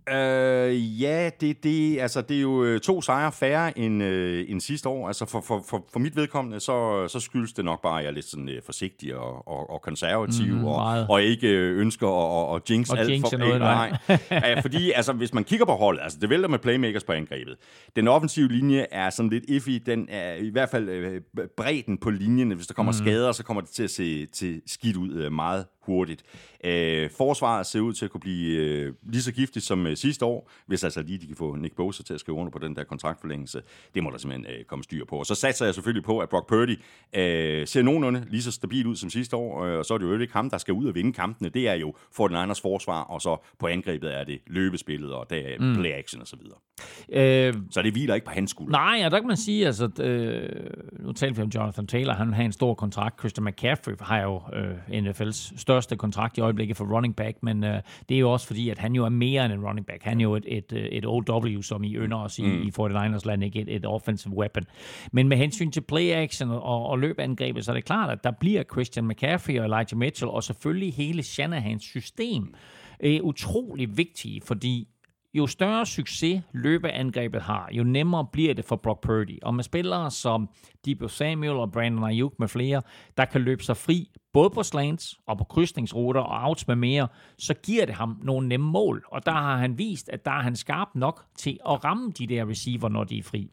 Uh, ja, det, det, altså, det er jo to sejre færre end, uh, end sidste år. Altså for, for, for, for mit vedkommende, så, så skyldes det nok bare, at jeg er lidt sådan, uh, forsigtig og, og, og konservativ, mm, og, og ikke uh, ønsker at, at jinx og alt jinx for... Noget, nej, nej. uh, fordi altså, hvis man kigger på holdet, altså det vælter med playmakers på angrebet. Den offensive linje er sådan lidt iffy. Den er i hvert fald uh, bredden på linjen. Hvis der kommer mm. skader, så kommer det til at se til skidt ud uh, meget hurtigt. Uh, forsvaret ser ud til at kunne blive uh, lige så giftigt som uh, sidste år, hvis altså lige de kan få Nick Bosa til at skrive under på den der kontraktforlængelse. Det må der simpelthen uh, komme styr på. Og så satser jeg selvfølgelig på, at Brock Purdy uh, ser nogenlunde lige så stabil ud som sidste år, uh, og så er det jo ikke ham, der skal ud og vinde kampene. Det er jo forty-niners forsvar, og så på angrebet er det løbespillet, og der er mm. play action og så videre. Øh, så det hviler ikke på hans skulder. Nej, og der kan man sige, altså, øh, nu talte vi om Jonathan Taylor, han har en stor kontrakt. Christian McCaffrey har jo øh, N F L's største kontrakt i øjeblikket for running back, men øh, det er jo også fordi, at han jo er mere end en running back. Han er jo et, et, et O W, som I ynder os i, mm. i forty-niners land, ikke et, et offensive weapon. Men med hensyn til play action og, og løbeangrebet, så er det klart, at der bliver Christian McCaffrey og Elijah Mitchell, og selvfølgelig hele Shanahans system, er utrolig vigtige, fordi jo større succes løbeangrebet har, jo nemmere bliver det for Brock Purdy. Og med spillere som Deebo Samuel og Brandon Ayuk med flere, der kan løbe sig fri både på slants og på krydsningsruter og outs med mere, så giver det ham nogle nemme mål. Og der har han vist, at der er han skarp nok til at ramme de der receiver, når de er fri.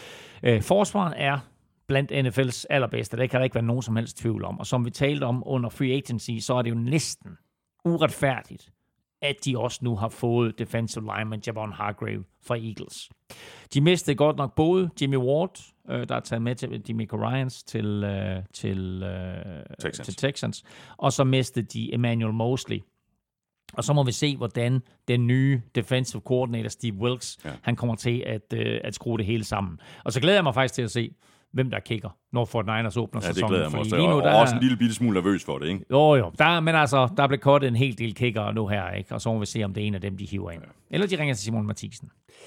Øh, forsvaret er blandt N F L's allerbedste. Det kan der ikke være nogen som helst tvivl om. Og som vi talte om under free agency, så er det jo næsten uretfærdigt, at de også nu har fået defensive lineman Javon Hargrave fra Eagles. De mistede godt nok både Jimmy Ward, øh, der er taget med til DeMeco Ryans til, øh, til, øh, Texans. til Texans, og så mistede de Emmanuel Mosley. Og så må vi se, hvordan den nye defensive coordinator Steve Wilkes, ja. han kommer til at, øh, at skrue det hele sammen. Og så glæder jeg mig faktisk til at se, hvem der kigger, når forty-niners åbner ja, sæsonen. Ja, det glæder jeg mig også. Lige nu, og der også en lille bitte smule nervøs for det, ikke? Jo, jo. Der, men altså, der blev kottet en hel del kickere nu her, ikke? Og så må vi se, om det er en af dem, de hiver ind. Ja. Eller de ringer til Simon Mathisen.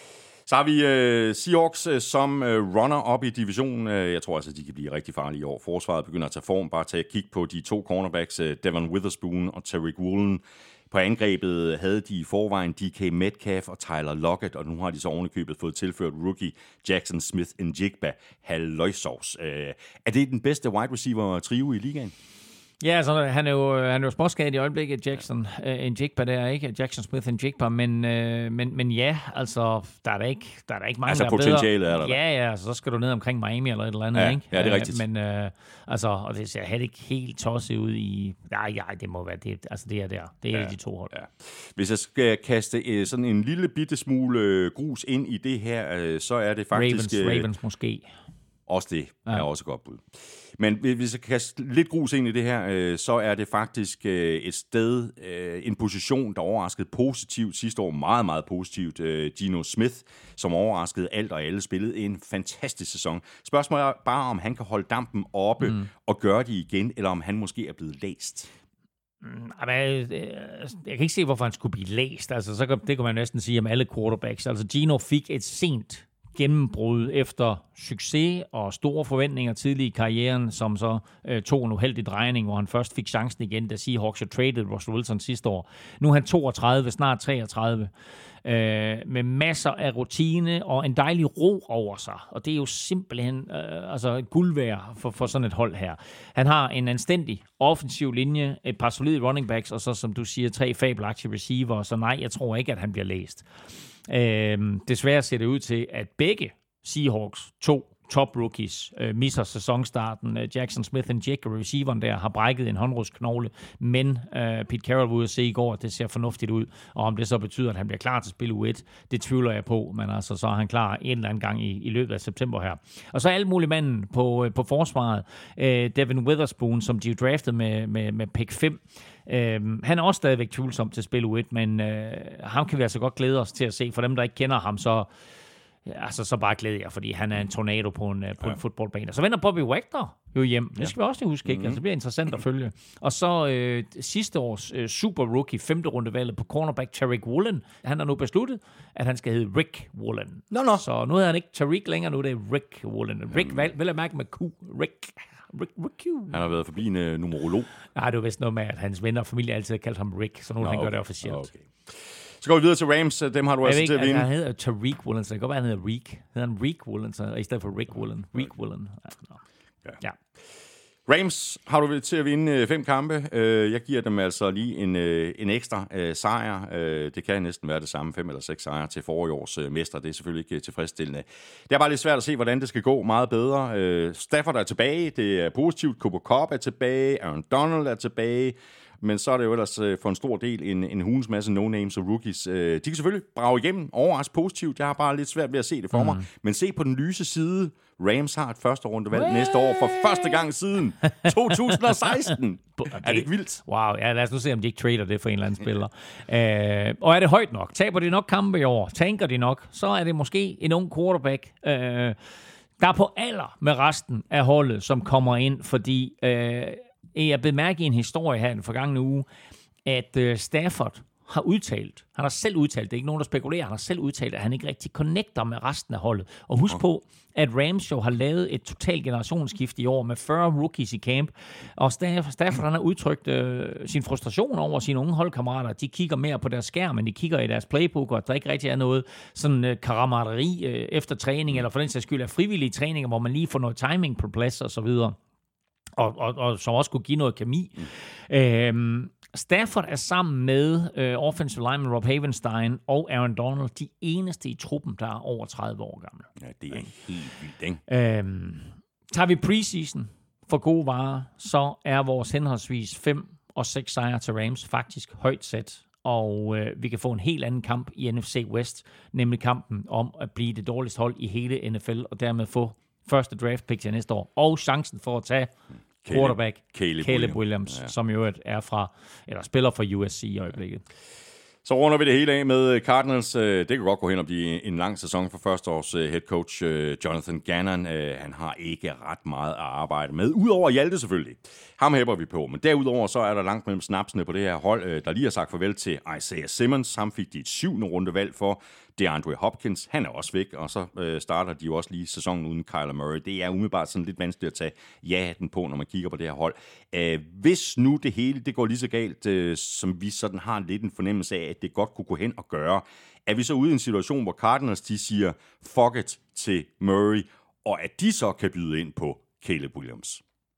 Så har vi uh, Seahawks uh, som uh, runner op i divisionen. Uh, jeg tror altså, de kan blive rigtig farlige i år. Forsvaret begynder at tage form. Bare tage et kig på de to cornerbacks, uh, Devon Witherspoon og Tariq Woolen. På angrebet havde de i forvejen D K Metcalf og Tyler Lockett, og nu har de så ovenikøbet fået tilført rookie Jackson Smith-Njigba halløjsovs. Uh, er det den bedste wide receiver-trio i ligaen? Ja, altså, han er jo, han er jo småskadet i øjeblikket, Jackson ja. uh, Njigba der, ikke? Jackson Smith Njigba, men, uh, men, men ja, altså, der er der ikke, der er der ikke mange, altså, der er bedre. Altså, potentialet er der. Ja, ja, altså, så skal du ned omkring Miami eller et eller andet, ja, ikke? Ja, det er rigtigt. Uh, men, uh, altså, og det ser heller ikke helt tosset ud i... Nej, nej, det må være det. Altså, det er der. Det er ja. de to hold. Ja. Hvis jeg skal kaste uh, sådan en lille bitte smule uh, grus ind i det her, uh, så er det faktisk... Ravens, uh, Ravens måske. Også det ja. er også godt bud. Men hvis jeg kaster lidt grus ind i det her, øh, så er det faktisk øh, et sted, øh, en position, der overraskede positivt sidste år, meget, meget positivt. Øh, Geno Smith, som overraskede alt og alle, spillede en fantastisk sæson. Spørgsmålet er bare, om han kan holde dampen oppe mm. og gøre det igen, eller om han måske er blevet læst. Mm, jeg, jeg kan ikke se, hvorfor han skulle blive læst. Altså, så kan, det kan man næsten sige om alle quarterbacks. Altså, Geno fik et sent gennembrud efter succes og store forventninger tidlig i karrieren, som så øh, tog en uheldig drejning, hvor han først fik chancen igen, da Seahawks jo traded Russell Wilson sidste år. Nu er han toogtredive, snart treogtredive, øh, med masser af rutine og en dejlig ro over sig. Og det er jo simpelthen øh, altså guld værd for, for sådan et hold her. Han har en anstændig offensiv linje, et par solide running backs, og så, som du siger, tre fabelagtige receiver. Så nej, jeg tror ikke, at han bliver læst. Øh, desværre ser det ud til, at begge Seahawks, to top rookies, øh, misser sæsonstarten. Jackson Smith-Njigba, receiveren der, har brækket en håndrodsknogle, men øh, Pete Carroll var ude at se i går, at det ser fornuftigt ud, og om det så betyder, at han bliver klar til at spille U et, det tvivler jeg på, men altså, så er han klar en eller anden gang i, i løbet af september her. Og så alt muligt manden på, på forsvaret, øh, Devin Witherspoon, som de jo draftede med, med, med pick fem, Uh, han er også stadigvæk tvivlsom til at spille U et, men uh, ham kan vi altså godt glæde os til at se. For dem, der ikke kender ham, så, altså, så bare glæder jeg, fordi han er en tornado på en, på ja. en fodboldbane. Og så vender Bobby Wagner jo hjem. Det skal ja. vi også huske, ikke? Mm-hmm. Altså, det bliver interessant at følge. Og så uh, sidste års uh, super rookie, femte rundevalget på cornerback, Tariq Woolen. Han har nu besluttet, at han skal hedde Rick Woolen. No, no. Så nu hedder han ikke Tariq længere, nu er det Rick Woolen. Rick, mm. vel, vel at mærke med Q. Rick. Rick, Rick han har været forbi en uh, numerolog. Nej, det var vist noget med, at hans venner og familie altid har kaldt ham Rick, så nu no, han okay. gør det officielt. Okay. Så går vi videre til Rams. Dem har du altså til at vinde. Han hedder Tariq Woolen, så det kan godt være, han hedder Reek. Hedder han Reek Woolen, så i stedet for Rick Woolen. Reek Woolen. Ja. ja. Rams har du til at vinde fem kampe. Jeg giver dem altså lige en, en ekstra sejr. Det kan næsten være det samme, fem eller seks sejre til forrige års mester. Det er selvfølgelig ikke tilfredsstillende. Det er bare lidt svært at se, hvordan det skal gå meget bedre. Stafford er tilbage. Det er positivt. Cooper Kupp er tilbage. Aaron Donald er tilbage. Men så er det jo ellers for en stor del en, en hulens masse no-names og rookies. De kan selvfølgelig brage igennem, overraske positivt. Jeg har bare lidt svært ved at se det for mm. mig. Men se på den lyse side. Rams har et første rundevalg hey! næste år for første gang siden to tusind og seksten. Okay. Er det ikke vildt? Wow, ja, lad os nu se, om de ikke trader det for en eller anden spiller. uh, og er det højt nok? Taber de nok kampe i år? Tanker de nok? Så er det måske en ung quarterback, uh, der er på alder med resten af holdet, som kommer ind, fordi uh, jeg bemærker i en historie her den forgangne uge, at uh, Stafford har udtalt, han har selv udtalt, det er ikke nogen, der spekulerer, han har selv udtalt, at han ikke rigtig connecter med resten af holdet. Og husk på, at Rams jo har lavet et totalt generationsskift i år med fyrre rookies i camp, og Stafford han har udtrykt øh, sin frustration over sine unge holdkammerater. De kigger mere på deres skærm, end de kigger i deres playbook, og der ikke rigtig er noget sådan øh, kammerateri øh, efter træning, eller for den sags skyld er frivillige træninger, hvor man lige får noget timing på plads og så videre. Og, og, og som også kunne give noget kemi. Mm. Øhm, Stafford er sammen med øh, offensive lineman Rob Havenstein og Aaron Donald de eneste i truppen, der er over tredive år gamle. Ja, det er helt vildt, ikke? Øhm, tager vi preseason for gode varer, så er vores henholdsvis fem og seks sejre til Rams faktisk højt sat. Og øh, vi kan få en helt anden kamp i N F C West, nemlig kampen om at blive det dårligste hold i hele N F L, og dermed få første draft pick til næste år, og chancen for at tage Caleb, quarterback Caleb, Caleb Williams, Williams ja. Som jo er fra, eller spiller for U S C i øjeblikket. Så runder vi det hele af med Cardinals. Det kan godt gå hen og blive en lang sæson for førsteårs head coach Jonathan Gannon. Han har ikke ret meget at arbejde med, udover Hjalte selvfølgelig. Ham hæpper vi på, men derudover så er der langt mellem snapsene på det her hold, der lige har sagt farvel til Isaiah Simmons. Ham fik de et syvende rundevalg for. DeAndre Hopkins, han er også væk, og så øh, starter de jo også lige sæsonen uden Kyler Murray. Det er umiddelbart sådan lidt vanskeligt at tage ja-hatten på, når man kigger på det her hold. Æh, hvis nu det hele det går lige så galt, øh, som vi sådan har lidt en fornemmelse af, at det godt kunne gå hen og gøre, er vi så ude i en situation, hvor Cardinals de siger fuck it til Murray, og at de så kan byde ind på Caleb Williams?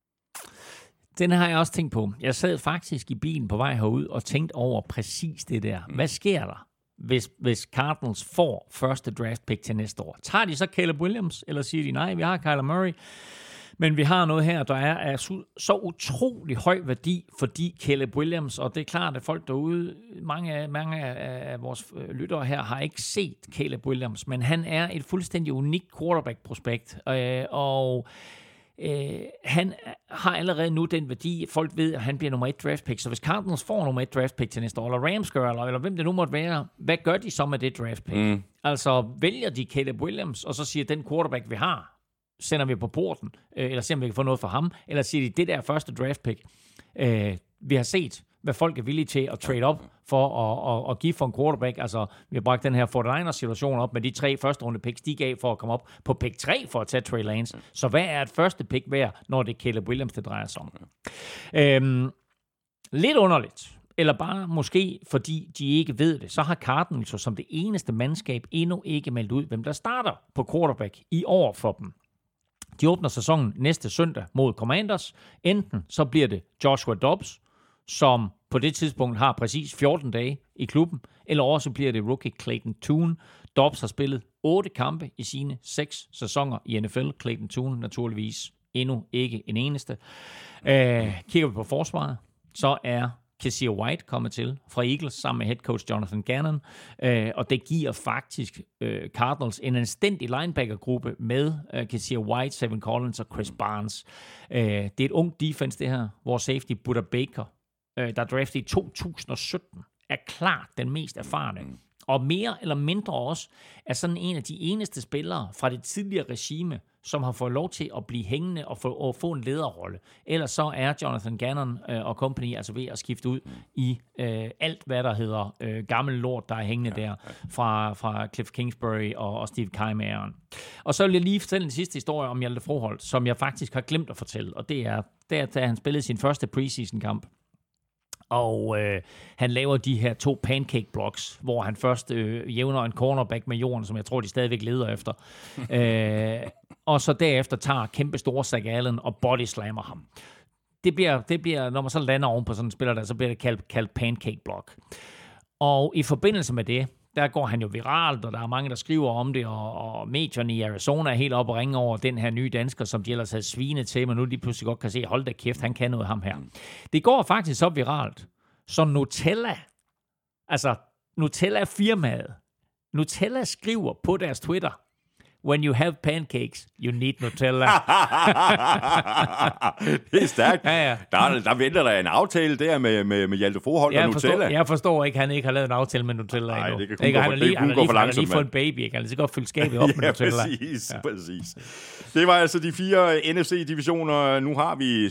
Den har jeg også tænkt på. Jeg sad faktisk i bilen på vej herud og tænkte over præcis det der. Hvad sker der? Hvis, hvis Cardinals får første draft pick til næste år. Tager de så Caleb Williams, eller siger de, nej, vi har Kyler Murray, men vi har noget her, der er af så utrolig høj værdi, fordi Caleb Williams, og det er klart, at folk derude, mange af, mange af vores lyttere her, har ikke set Caleb Williams, men han er et fuldstændig unikt quarterback-prospekt, øh, og Øh, han har allerede nu den værdi, folk ved, at han bliver nummer et draft pick. Så hvis Cardinals får nummer et draft pick til næste år, eller Rams gør, eller, eller hvem det nu måtte være, hvad gør de så med det draft pick? Mm. Altså vælger de Caleb Williams, og så siger den quarterback, vi har, sender vi på porten, øh, eller ser om vi kan få noget for ham, eller siger de, det der første draft pick, øh, vi har set, hvad folk er villige til at trade op for at, at, at give for en quarterback. Altså, vi har bragt den her forty-niners-situation op med de tre første runde picks, de gav for at komme op på pick tre for at tage Trey Lance. Så hvad er et første pick værd, når det er Caleb Williams, det drejer sig om? Øhm, lidt underligt, eller bare måske fordi de ikke ved det, så har Cardinals som det eneste mandskab endnu ikke meldt ud, hvem der starter på quarterback i år for dem. De åbner sæsonen næste søndag mod Commanders. Enten så bliver det Joshua Dobbs, som på det tidspunkt har præcis fjorten dage i klubben, eller også bliver det rookie Clayton Tune. Dobbs har spillet otte kampe i sine seks sæsoner i N F L. Clayton Tune naturligvis endnu ikke en eneste. Øh, kigger vi på forsvaret, så er Kessier White kommet til fra Eagles sammen med head coach Jonathan Gannon, øh, og det giver faktisk øh, Cardinals en anstændig linebacker-gruppe med øh, Kessier White, Sevyn Collins og Chris Barnes. Øh, det er et ungt defense, det her, hvor safety Buda Baker, der draftede i to tusind og sytten, er klart den mest erfarne. Og mere eller mindre også er sådan en af de eneste spillere fra det tidligere regime, som har fået lov til at blive hængende og få, og få en lederrolle. Ellers så er Jonathan Gannon øh, og company altså ved at skifte ud i øh, alt, hvad der hedder øh, gammel lort, der er hængende der fra, fra Cliff Kingsbury og, og Steve Keimageren. Og så vil jeg lige fortælle en sidste historie om Hjalte Froholt, som jeg faktisk har glemt at fortælle, og det er, det er da han spillede sin første preseason-kamp. Og øh, han laver de her to pancake blocks, hvor han først øh, jævner en cornerback med jorden, som jeg tror, de stadigvæk leder efter. øh, og så derefter tager kæmpe store Zach Allen og bodyslammer ham. Det bliver, det bliver, når man så lander oven på sådan en spiller der, så bliver det kaldt, kaldt pancake block. Og i forbindelse med det, der går han jo viralt, og der er mange, der skriver om det, og, og medierne i Arizona er helt oppe og ringe over den her nye dansker, som de ellers havde svinet til, men nu de pludselig godt kan se, hold da kæft, han kan noget ham her. Det går faktisk så viralt, så Nutella, altså Nutella-firmaet, Nutella skriver på deres Twitter, when you have pancakes, you need Nutella. Det er stærkt. Ja, ja. Der, der venter der en aftale der med, med, med Hjalte Froholt og Nutella. Nutella. Jeg forstår ikke, at han ikke har lavet en aftale med Nutella Nej, endnu. det kan kun ikke, gå han for, har lige, det han kun har lige, gå for han har langsomt, lige fået en baby. Ikke? Han har lige godt fyldt skabet op med ja, Nutella. Præcis, ja, præcis. Det var altså de fire N F C-divisioner. Nu har vi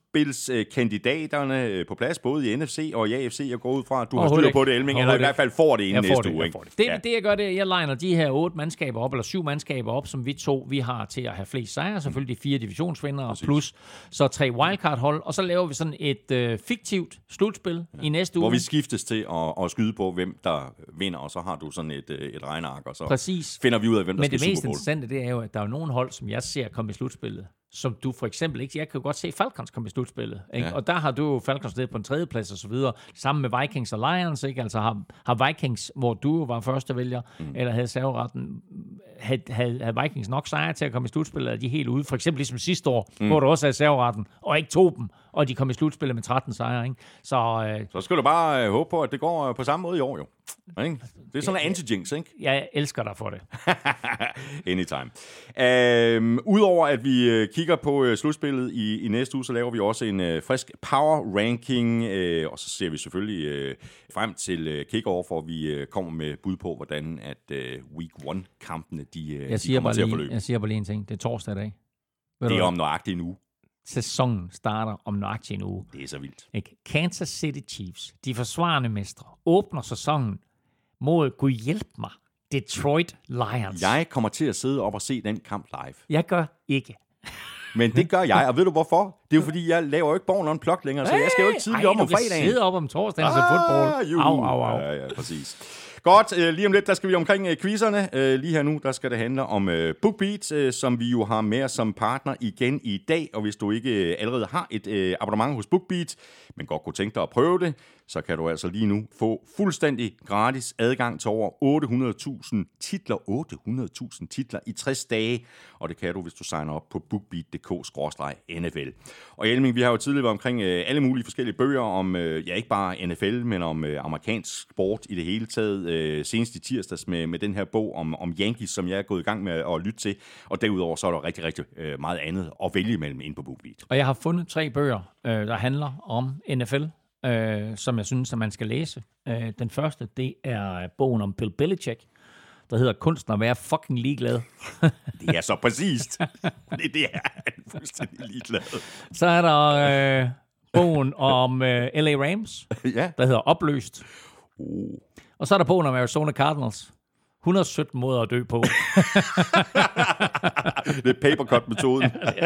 slutspilskandidaterne på plads, både i N F C og i A F C. Jeg går ud fra, at du har styr på det, Elming, eller i hvert fald får det inden næste det, uge. Jeg får det. Det, ja. det, jeg gør, det er, at jeg liner de her otte mandskaber op, eller syv mandskaber op, som vi to, vi har til at have flest sejre. Selvfølgelig de fire divisionsvindere, Præcis. plus så tre wildcard-hold, og så laver vi sådan et øh, fiktivt slutspil ja. i næste uge. Hvor vi skiftes til at, at skyde på, hvem der vinder, og så har du sådan et, et regneark, og så Præcis. finder vi ud af, hvem der Men skal det mest Super Bowl. interessante, det er jo, at der er nogle hold, som jeg ser komme i slutspillet, som du for eksempel ikke... Jeg kan jo godt se Falcons komme i slutspillet, ikke? Ja. Og der har du jo Falcons nede på en tredjeplads og så videre, sammen med Vikings og Lions, ikke? Altså har, har Vikings, hvor du jo var første vælger, mm. eller havde serveretten, havde, havde, havde Vikings nok sejre til at komme i slutspillet, er de helt ude. For eksempel ligesom sidste år, mm. hvor du også havde serveretten, og ikke tog dem, og de kom i slutspillet med tretten sejre, ikke? Så, øh, så skal du bare øh, håbe på, at det går på samme måde i år, jo. Ikke? Det er sådan en anti-jinx, ikke? Jeg elsker dig for det. Anytime. Øhm, Udover at vi øh, kigger på øh, slutspillet i, i næste uge, så laver vi også en øh, frisk power ranking, øh, og så ser vi selvfølgelig øh, frem til øh, kick-off, hvor vi øh, kommer med bud på, hvordan at øh, week one-kampene de, øh, jeg de kommer til at lige, forløbe. Jeg siger bare lige en ting. Det er torsdag i dag. Ved det er om nøjagtigt en uge. Sæsonen starter om nøjagtigt en uge. Det er så vildt. Ikke? Kansas City Chiefs, de forsvarende mestre, åbner sæsonen mod, Gud hjælp mig, Detroit Lions. Jeg kommer til at sidde op og se den kamp live. Jeg gør ikke. Men det gør jeg, og ved du hvorfor? Det er jo fordi, jeg laver jo ikke Born Unplugged længere, så jeg skal jo ikke tidligt om om fredagen. Ej, du kan sidde op om torsdagen og se fodbold. Au, au, au. Ja, ja, præcis. Godt, øh, lige om lidt, der skal vi omkring øh, quizzerne. Øh, lige her nu, der skal det handle om øh, BookBeat, øh, som vi jo har med som partner igen i dag. Og hvis du ikke øh, allerede har et øh, abonnement hos BookBeat, men godt kunne tænke dig at prøve det, så kan du altså lige nu få fuldstændig gratis adgang til over otte hundrede tusind titler. otte hundrede tusind titler i tres dage. Og det kan du, hvis du signer op på bookbeat punktum d k skråstreg N F L. Og Elming, vi har jo tidligere været omkring øh, alle mulige forskellige bøger om, øh, ja ikke bare N F L, men om øh, amerikansk sport i det hele taget. Øh, senest i tirsdags med, med den her bog om, om Yankees, som jeg er gået i gang med at lytte til. Og derudover så er der rigtig, rigtig øh, meget andet at vælge imellem inde på BookBeat. Og jeg har fundet tre bøger, øh, der handler om N F L, øh, som jeg synes, at man skal læse. Øh, den første, det er bogen om Bill Belichick, der hedder Kunsten at være fucking ligeglad. Det er så præcist. Det, det er han fuldstændig ligeglad. Så er der øh, bogen om øh, L A Rams, ja. der hedder Opløst. Oh. Og så er der bogen om Arizona Cardinals. et hundrede og sytten måder at dø på. Det er papercut-metoden.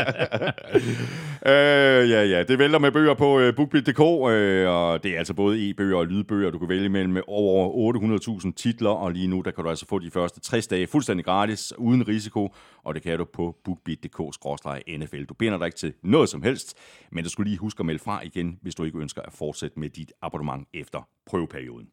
øh, ja, ja. Det vælter med bøger på uh, bookbeat punktum d k, øh, og det er altså både e-bøger og lydbøger. Du kan vælge mellem med over otte hundrede tusind titler, og lige nu der kan du altså få de første tres dage fuldstændig gratis, uden risiko, og det kan du på bookbeat punktum d k skråstreg N F L. Du binder dig ikke til noget som helst, men du skulle lige huske at melde fra igen, hvis du ikke ønsker at fortsætte med dit abonnement efter prøveperioden.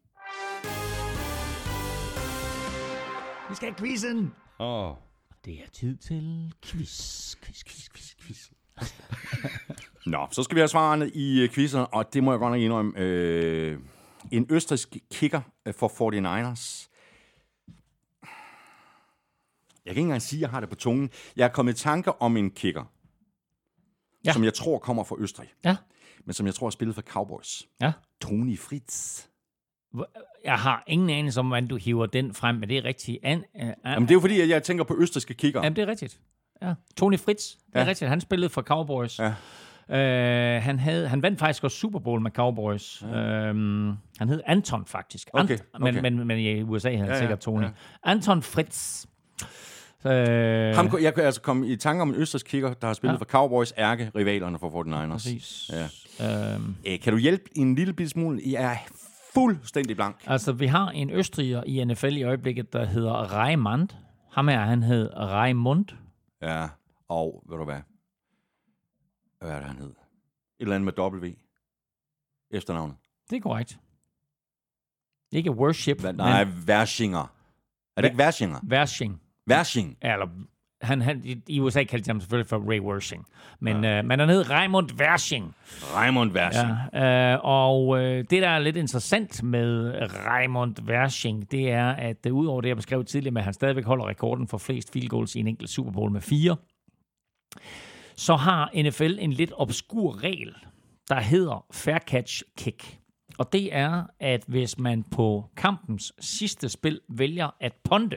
Vi skal have quizzen. Åh. Oh. Det er tid til quiz, quiz, quiz, quiz, quiz. Nå, så skal vi have svarene i quizzen, og det må jeg godt nok indrømme. Øh, en østrigsk kicker for forty-niners. Jeg kan ikke engang sige, at jeg har det på tungen. Jeg er kommet i tanke om en kicker, ja. som jeg tror kommer fra Østrig, ja. men som jeg tror har spillet for Cowboys. Ja. Tony Fritz. Jeg har ingen anelse om, hvordan du hiver den frem, men det er rigtigt. An, an, an, Jamen, det er jo fordi, at jeg tænker på østrigske kicker. Jamen, det er rigtigt. Ja. Tony Fritz, det er ja. rigtigt. Han spillede for Cowboys. Ja. Uh, han, havde, han vandt faktisk også Super Bowl med Cowboys. Ja. Uh, han hed Anton, faktisk. Okay. Ant, men, okay. Men, men i U S A havde han ja, sikkert Tony. Ja. Anton Fritz. Øh, Ham, jeg kan altså komme i tanke om en østrigsk kicker, der har spillet Ja. for Cowboys, ærke, rivalerne for forty-niners. Præcis. Ja. Øhm, Æ, kan du hjælpe en lille bitte smule? Jeg er fuldstændig blank. altså, vi har en østriger i N F L i øjeblikket, der hedder Raimund. Ham her, han hed Raimund. Ja, og ved du hvad? Hvad er det, han hed? Et eller andet med W. Efternavnet. Det er korrekt. Ikke worship, Hva, nej, Versinger. Er det ikke Versinger? Vershing. Versing. Eller, han, han, i- i U S A kaldte de ham selvfølgelig for Ray Wershing. Men, ja. øh, men han hed Raimund Vershing. Raimund Versing. Ja, øh, og øh, det, der er lidt interessant med Raimund Vershing, det er, at øh, udover det, jeg beskrev tidligere med, at han stadigvæk holder rekorden for flest field goals i en enkelt Super Bowl med fire, så har N F L en lidt obskur regel, der hedder fair catch kick. Og det er, at hvis man på kampens sidste spil vælger at punte,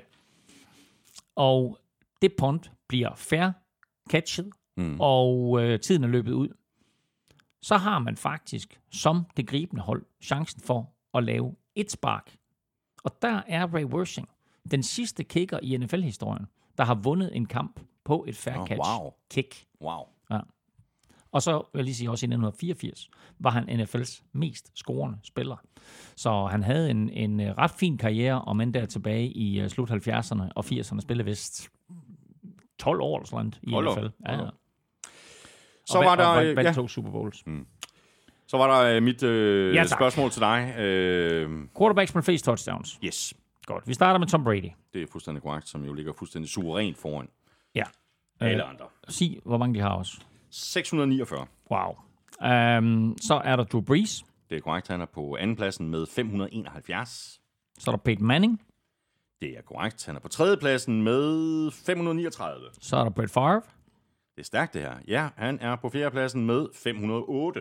og det punt bliver fair catchet, mm. og øh, tiden er løbet ud, så har man faktisk som det gribende hold chancen for at lave et spark. Og der er Ray Wershing den sidste kicker i N F L-historien, der har vundet en kamp på et fair Oh, catch wow. kick. Wow. Ja. Og så vil jeg lige sige, også i nitten fireogfirs var han N F L's mest scorende spiller. Så han havde en, en øh, ret fin karriere, om end der tilbage i uh, slut halvfjerdserne og firserne, spillede vist tolv år eller sådan noget i Hold N op. F L. Ja, ja. Så og var vandt- der... og øh, vandt, vandt ja. to Super Bowls. Mm. Så var der øh, mit øh, Ja, tak. spørgsmål til dig. Øh, Quarterbacks med flest touchdowns. yes, Godt. Vi starter med Tom Brady. det er fuldstændig korrekt, som jo ligger fuldstændig suverænt foran Ja. alle Øh, andre. sig, hvor mange de har også. seks hundrede niogfyrre. Wow. Um, så er der Drew Brees. Det er korrekt, han er på andenpladsen med fem hundrede enoghalvfjerds. Så er der Peyton Manning. Det er korrekt, han er på tredjepladsen med fem hundrede niogtredive. Så er der Brett Favre. Det er stærkt, det her. Ja, han er på fjerdepladsen med fem hundrede otte.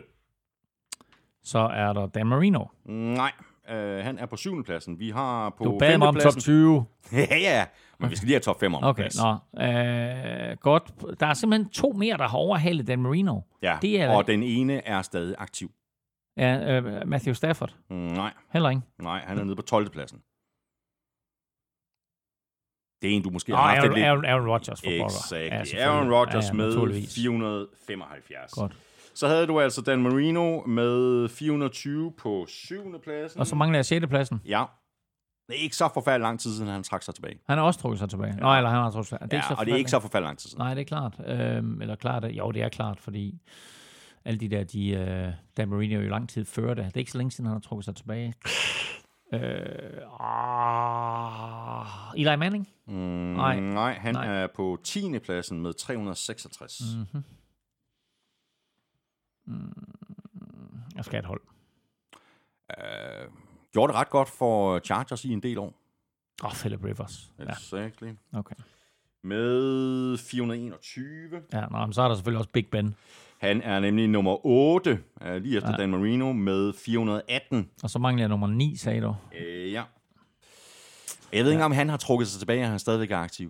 Så er der Dan Marino. Nej, øh, han er på syvende pladsen. Vi har på Du bad mig om top femtepladsen- tyve. ja, ja, men vi skal lige have top fem om Okay, plads. nå. Øh, godt. Der er simpelthen to mere, der har overhalet Dan Marino. Ja, Det er- og den ene er stadig aktiv. Ja, øh, Matthew Stafford. Mm, Nej, Heller ikke. nej, han er nede på tolvte pladsen. Det er en, du måske Nå, har haft Aaron, lidt... Aaron, Aaron Rodgers for pokker. Exakt. selvfølgelig. Aaron Rodgers Ja, ja, med naturligvis. fire hundrede femoghalvfjerds. Godt. Så havde du altså Dan Marino med fire hundrede tyve på syvende pladsen. Og så mangler jeg sjette pladsen. Ja. Det er ikke så forfærdelig lang tid siden, han trak sig tilbage. Han har også trukket sig tilbage. Nå, eller han har trukket sig. Det er Ja, ikke så og det er ikke så forfærdeligt. forfærdelig lang tid siden. Nej, det er klart. Øhm, eller klart, at- jo, det er klart, fordi alle de der, de, øh, Dan Marino jo lang tid før det. Det er ikke så længe siden, han har trukket sig tilbage. Øh, ah, Eli Manning? Mm, Nej. nej, han Nej. er på tiende pladsen med tre hundrede seksogtres. Mm-hmm. Jeg skal have et hold. Uh, gjorde det ret godt for Chargers i en del år. Åh, oh, Philip Rivers. Ja, Exactly. okay. Med fire hundrede enogtyve. Ja, nå, men så er der selvfølgelig også Big Ben. Han er nemlig nummer otte, uh, lige efter Ja. Dan Marino, med fire hundrede atten. Og så mangler jeg nummer ni, sagde du. Uh, ja. Jeg ved ikke, om han har trukket sig tilbage, og han stadigvæk er aktiv.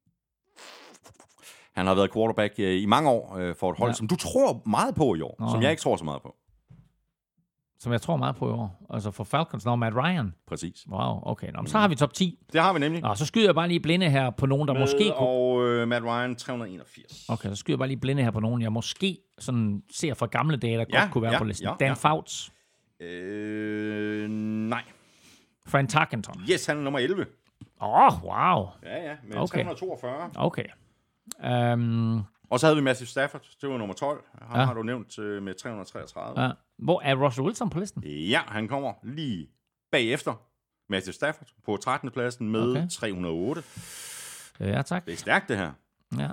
Han har været quarterback uh, i mange år uh, for et hold, Ja. ja. som du tror meget på i år, Nå. som jeg ikke tror så meget på. Som jeg tror meget på i år. Altså for Falcons, når Matt Ryan. Præcis. Wow, okay. Nå, men så har vi top ti. Det har vi nemlig. Nå, så skyder jeg bare lige blinde her på nogen, der Med måske kunne... og uh, Matt Ryan tre hundrede enogfirs. Okay, så skyder jeg bare lige blinde her på nogen, jeg måske sådan ser fra gamle dage, der Ja, godt kunne være ja, på listen. ja, Dan ja. Fouts. Øh, nej. Frank Tarkenton. Yes, han er nummer elleve. Åh, oh, wow. Ja, ja, med Okay. tre hundrede toogfyrre. Okay. Um, Og så havde vi Matthew Stafford, det var nummer tolv. Ham Ja. har du nævnt øh, med tre hundrede treogtredive. ja. Hvor er Russell Wilson på listen? Ja, han kommer lige bagefter. Matthew Stafford på trettende pladsen med Okay. okay. tre hundrede otte. Ja, tak. Det er stærkt, det her. Ja.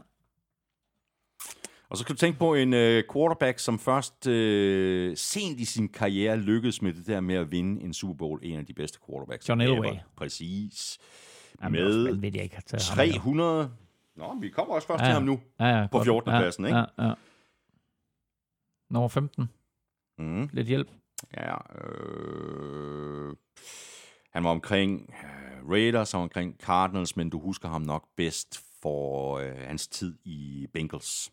Og så skal du tænke på en øh, quarterback, som først øh, sent i sin karriere lykkedes med det der med at vinde en Super Bowl. En af de bedste quarterbacks. John ever. Elway. Præcis. Jamen, det er også med vanvittigt, jeg ikke har taget ham tre hundrede... Nå, vi kommer også først Ja. til ham nu. Ja, ja, på godt. fjortende ja, pladsen, ikke? Ja, ja. Nummer femten. Mm. Lidt hjælp. Ja, øh, han var omkring øh, Raiders og omkring Cardinals, men du husker ham nok bedst for øh, hans tid i Bengals.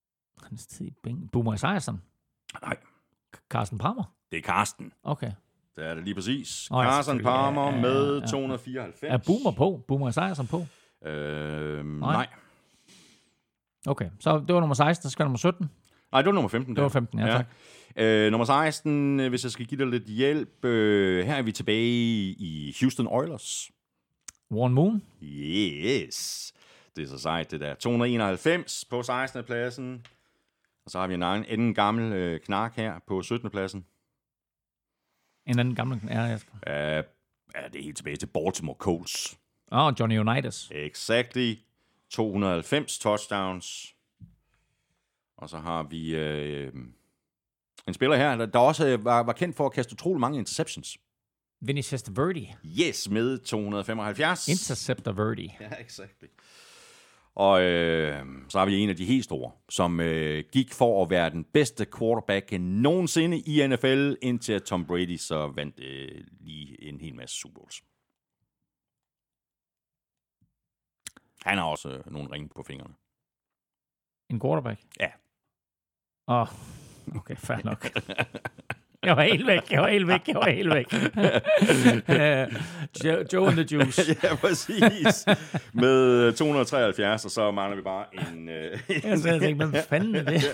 Hans tid i Bing. Boomer Esiason. Nej, Carsten Palmer. det er Karsten. Okay. Det er det lige præcis. Oh, Carson Palmer ja, ja, med ja. to hundrede og fireoghalvfems. Er Boomer på? Boomer Esiason på? Øh, nej. nej. Okay, så det var nummer seksten, så skal nummer sytten. Nej, det var nummer femten. Det var femten, ja, tak. Øh, nummer seksten, hvis jeg skal give dig lidt hjælp. Øh, her er vi tilbage i Houston Oilers. Warren Moon. Yes. Det er så sejt, det der. to hundrede og enoghalvfems på sekstende pladsen. Og så har vi en anden, en gammel øh, knark her på syttende pladsen. En anden gammel er jeg skal. Uh, ja, det er helt tilbage til Baltimore Colts. Åh, oh, Johnny Unitas. Exactly. to hundrede og halvfems touchdowns. Og så har vi øh, en spiller her, der, der også var, var kendt for at kaste utrolig mange interceptions. Vinny Testaverde. Yes, med to hundrede og femoghalvfjerds. Interceptor Verdi. Ja, exactly. Og øh, så har vi en af de helt store, som øh, gik for at være den bedste quarterback nogensinde i N F L, indtil Tom Brady så vandt øh, lige en hel masse Super Bowls. Han har også øh, nogle ringe på fingrene. En quarterback? Ja. Åh, oh, okay, fair nok. Jeg var helt væk, jeg var helt væk, jeg var helt væk. uh, Joe, Joe and the Juice. Ja, præcis. Med to hundrede og treoghalvfjerds, og så mangler vi bare en... Øh, jeg tænkte, hvad fanden er det?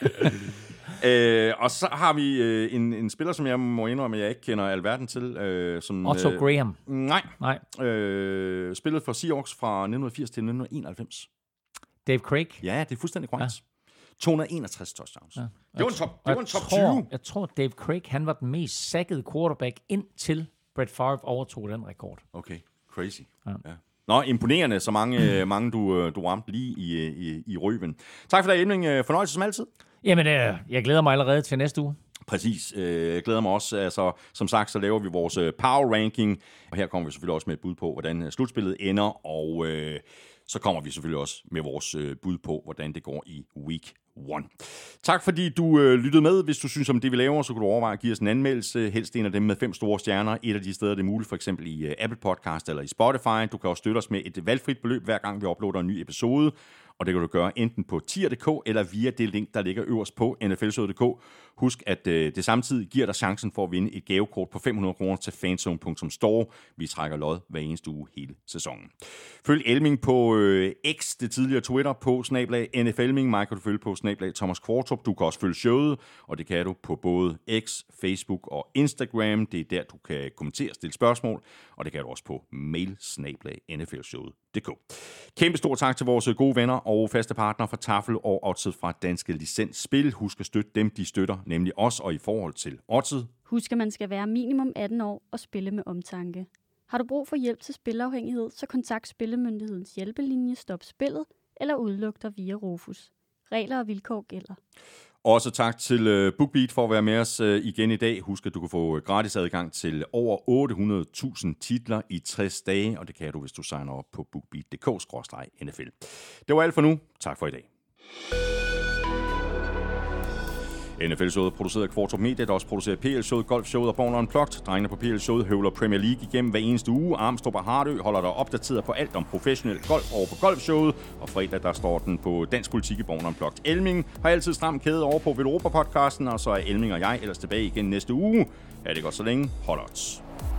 øh, og så har vi øh, en, en spiller, som jeg må indrømme, at jeg ikke kender alverden til. Øh, som, Otto øh, Graham. Nej. nej. Øh, spillet for Seahawks fra nitten firs til nitten enoghalvfems. Dave Craig. Ja, det er fuldstændig korrekt. Ja. to hundrede og enogtres touchdowns. Ja. Det var en top, det var en top tror, tyve. Jeg tror, Dave Craig, han var den mest sackede quarterback indtil Brett Favre overtog den rekord. Okay, crazy. Ja. Ja. Nå, imponerende, så mange, mange du, du ramte lige i, i, i røven. Tak for dig, Emling. Fornøjelse som altid. Jamen, øh, jeg glæder mig allerede til næste uge. Præcis. Jeg glæder mig også. Altså, som sagt, så laver vi vores power ranking, og her kommer vi selvfølgelig også med et bud på, hvordan slutspillet ender, og øh, så kommer vi selvfølgelig også med vores øh, bud på, hvordan det går i week one. Tak fordi du øh, lyttede med. Hvis du synes om det, vi laver, så kan du overveje at give os en anmeldelse. Helst en af dem med fem store stjerner. Et af de steder, det er muligt, for eksempel i øh, Apple Podcast eller i Spotify. Du kan også støtte os med et valgfrit beløb, hver gang vi uploader en ny episode. Og det kan du gøre enten på tier punktum d k eller via det link, der ligger øverst på N F L showet punktum d k. Husk, at øh, det samtidig giver dig chancen for at vinde et gavekort på fem hundrede kroner til fanzone punktum store. Vi trækker lod hver eneste uge hele sæsonen. Følg Elming på øh, X, det tidligere Twitter, på snablag N F L Elming. Mig kan du følge på snablag Thomas Kvartrup. Du kan også følge showet, og det kan du på både X, Facebook og Instagram. Det er der, du kan kommentere og stille spørgsmål, og det kan du også på mail snablag N F L showet punktum d k. Kæmpe stor tak til vores gode venner og faste partnere fra Tafel og Oddset fra Danske Licens Spil. Husk at støtte dem, de støtter, nemlig os, og i forhold til Oddset. Husk, at man skal være minimum atten år og spille med omtanke. Har du brug for hjælp til spilafhængighed, så kontakt Spillemyndighedens hjælpelinje Stop Spillet eller udluk dig via Rufus. Regler og vilkår gælder. Også tak til uh, BookBeat for at være med os uh, igen i dag. Husk, at du kan få gratis adgang til over otte hundrede tusind titler i tres dage, og det kan du, hvis du signer op på bookbeat punktum d k skråstreg N F L. Det var alt for nu. Tak for i dag. N F L-showet er produceret af Kvartrup Media, der også producerer P L-showet, Golf-showet og Born Unplugged. Drengene på P L-showet høvler Premier League igennem hver eneste uge. Armstrong og Hardø holder dig opdateret på alt om professionel golf over på Golf-showet. Og fredag, der står den på Dansk Politik i Born Unplugged. Elming har altid stram kæde over på Velropa-podcasten, og så er Elming og jeg ellers tilbage igen næste uge. Ha' det godt så længe. Hold odds.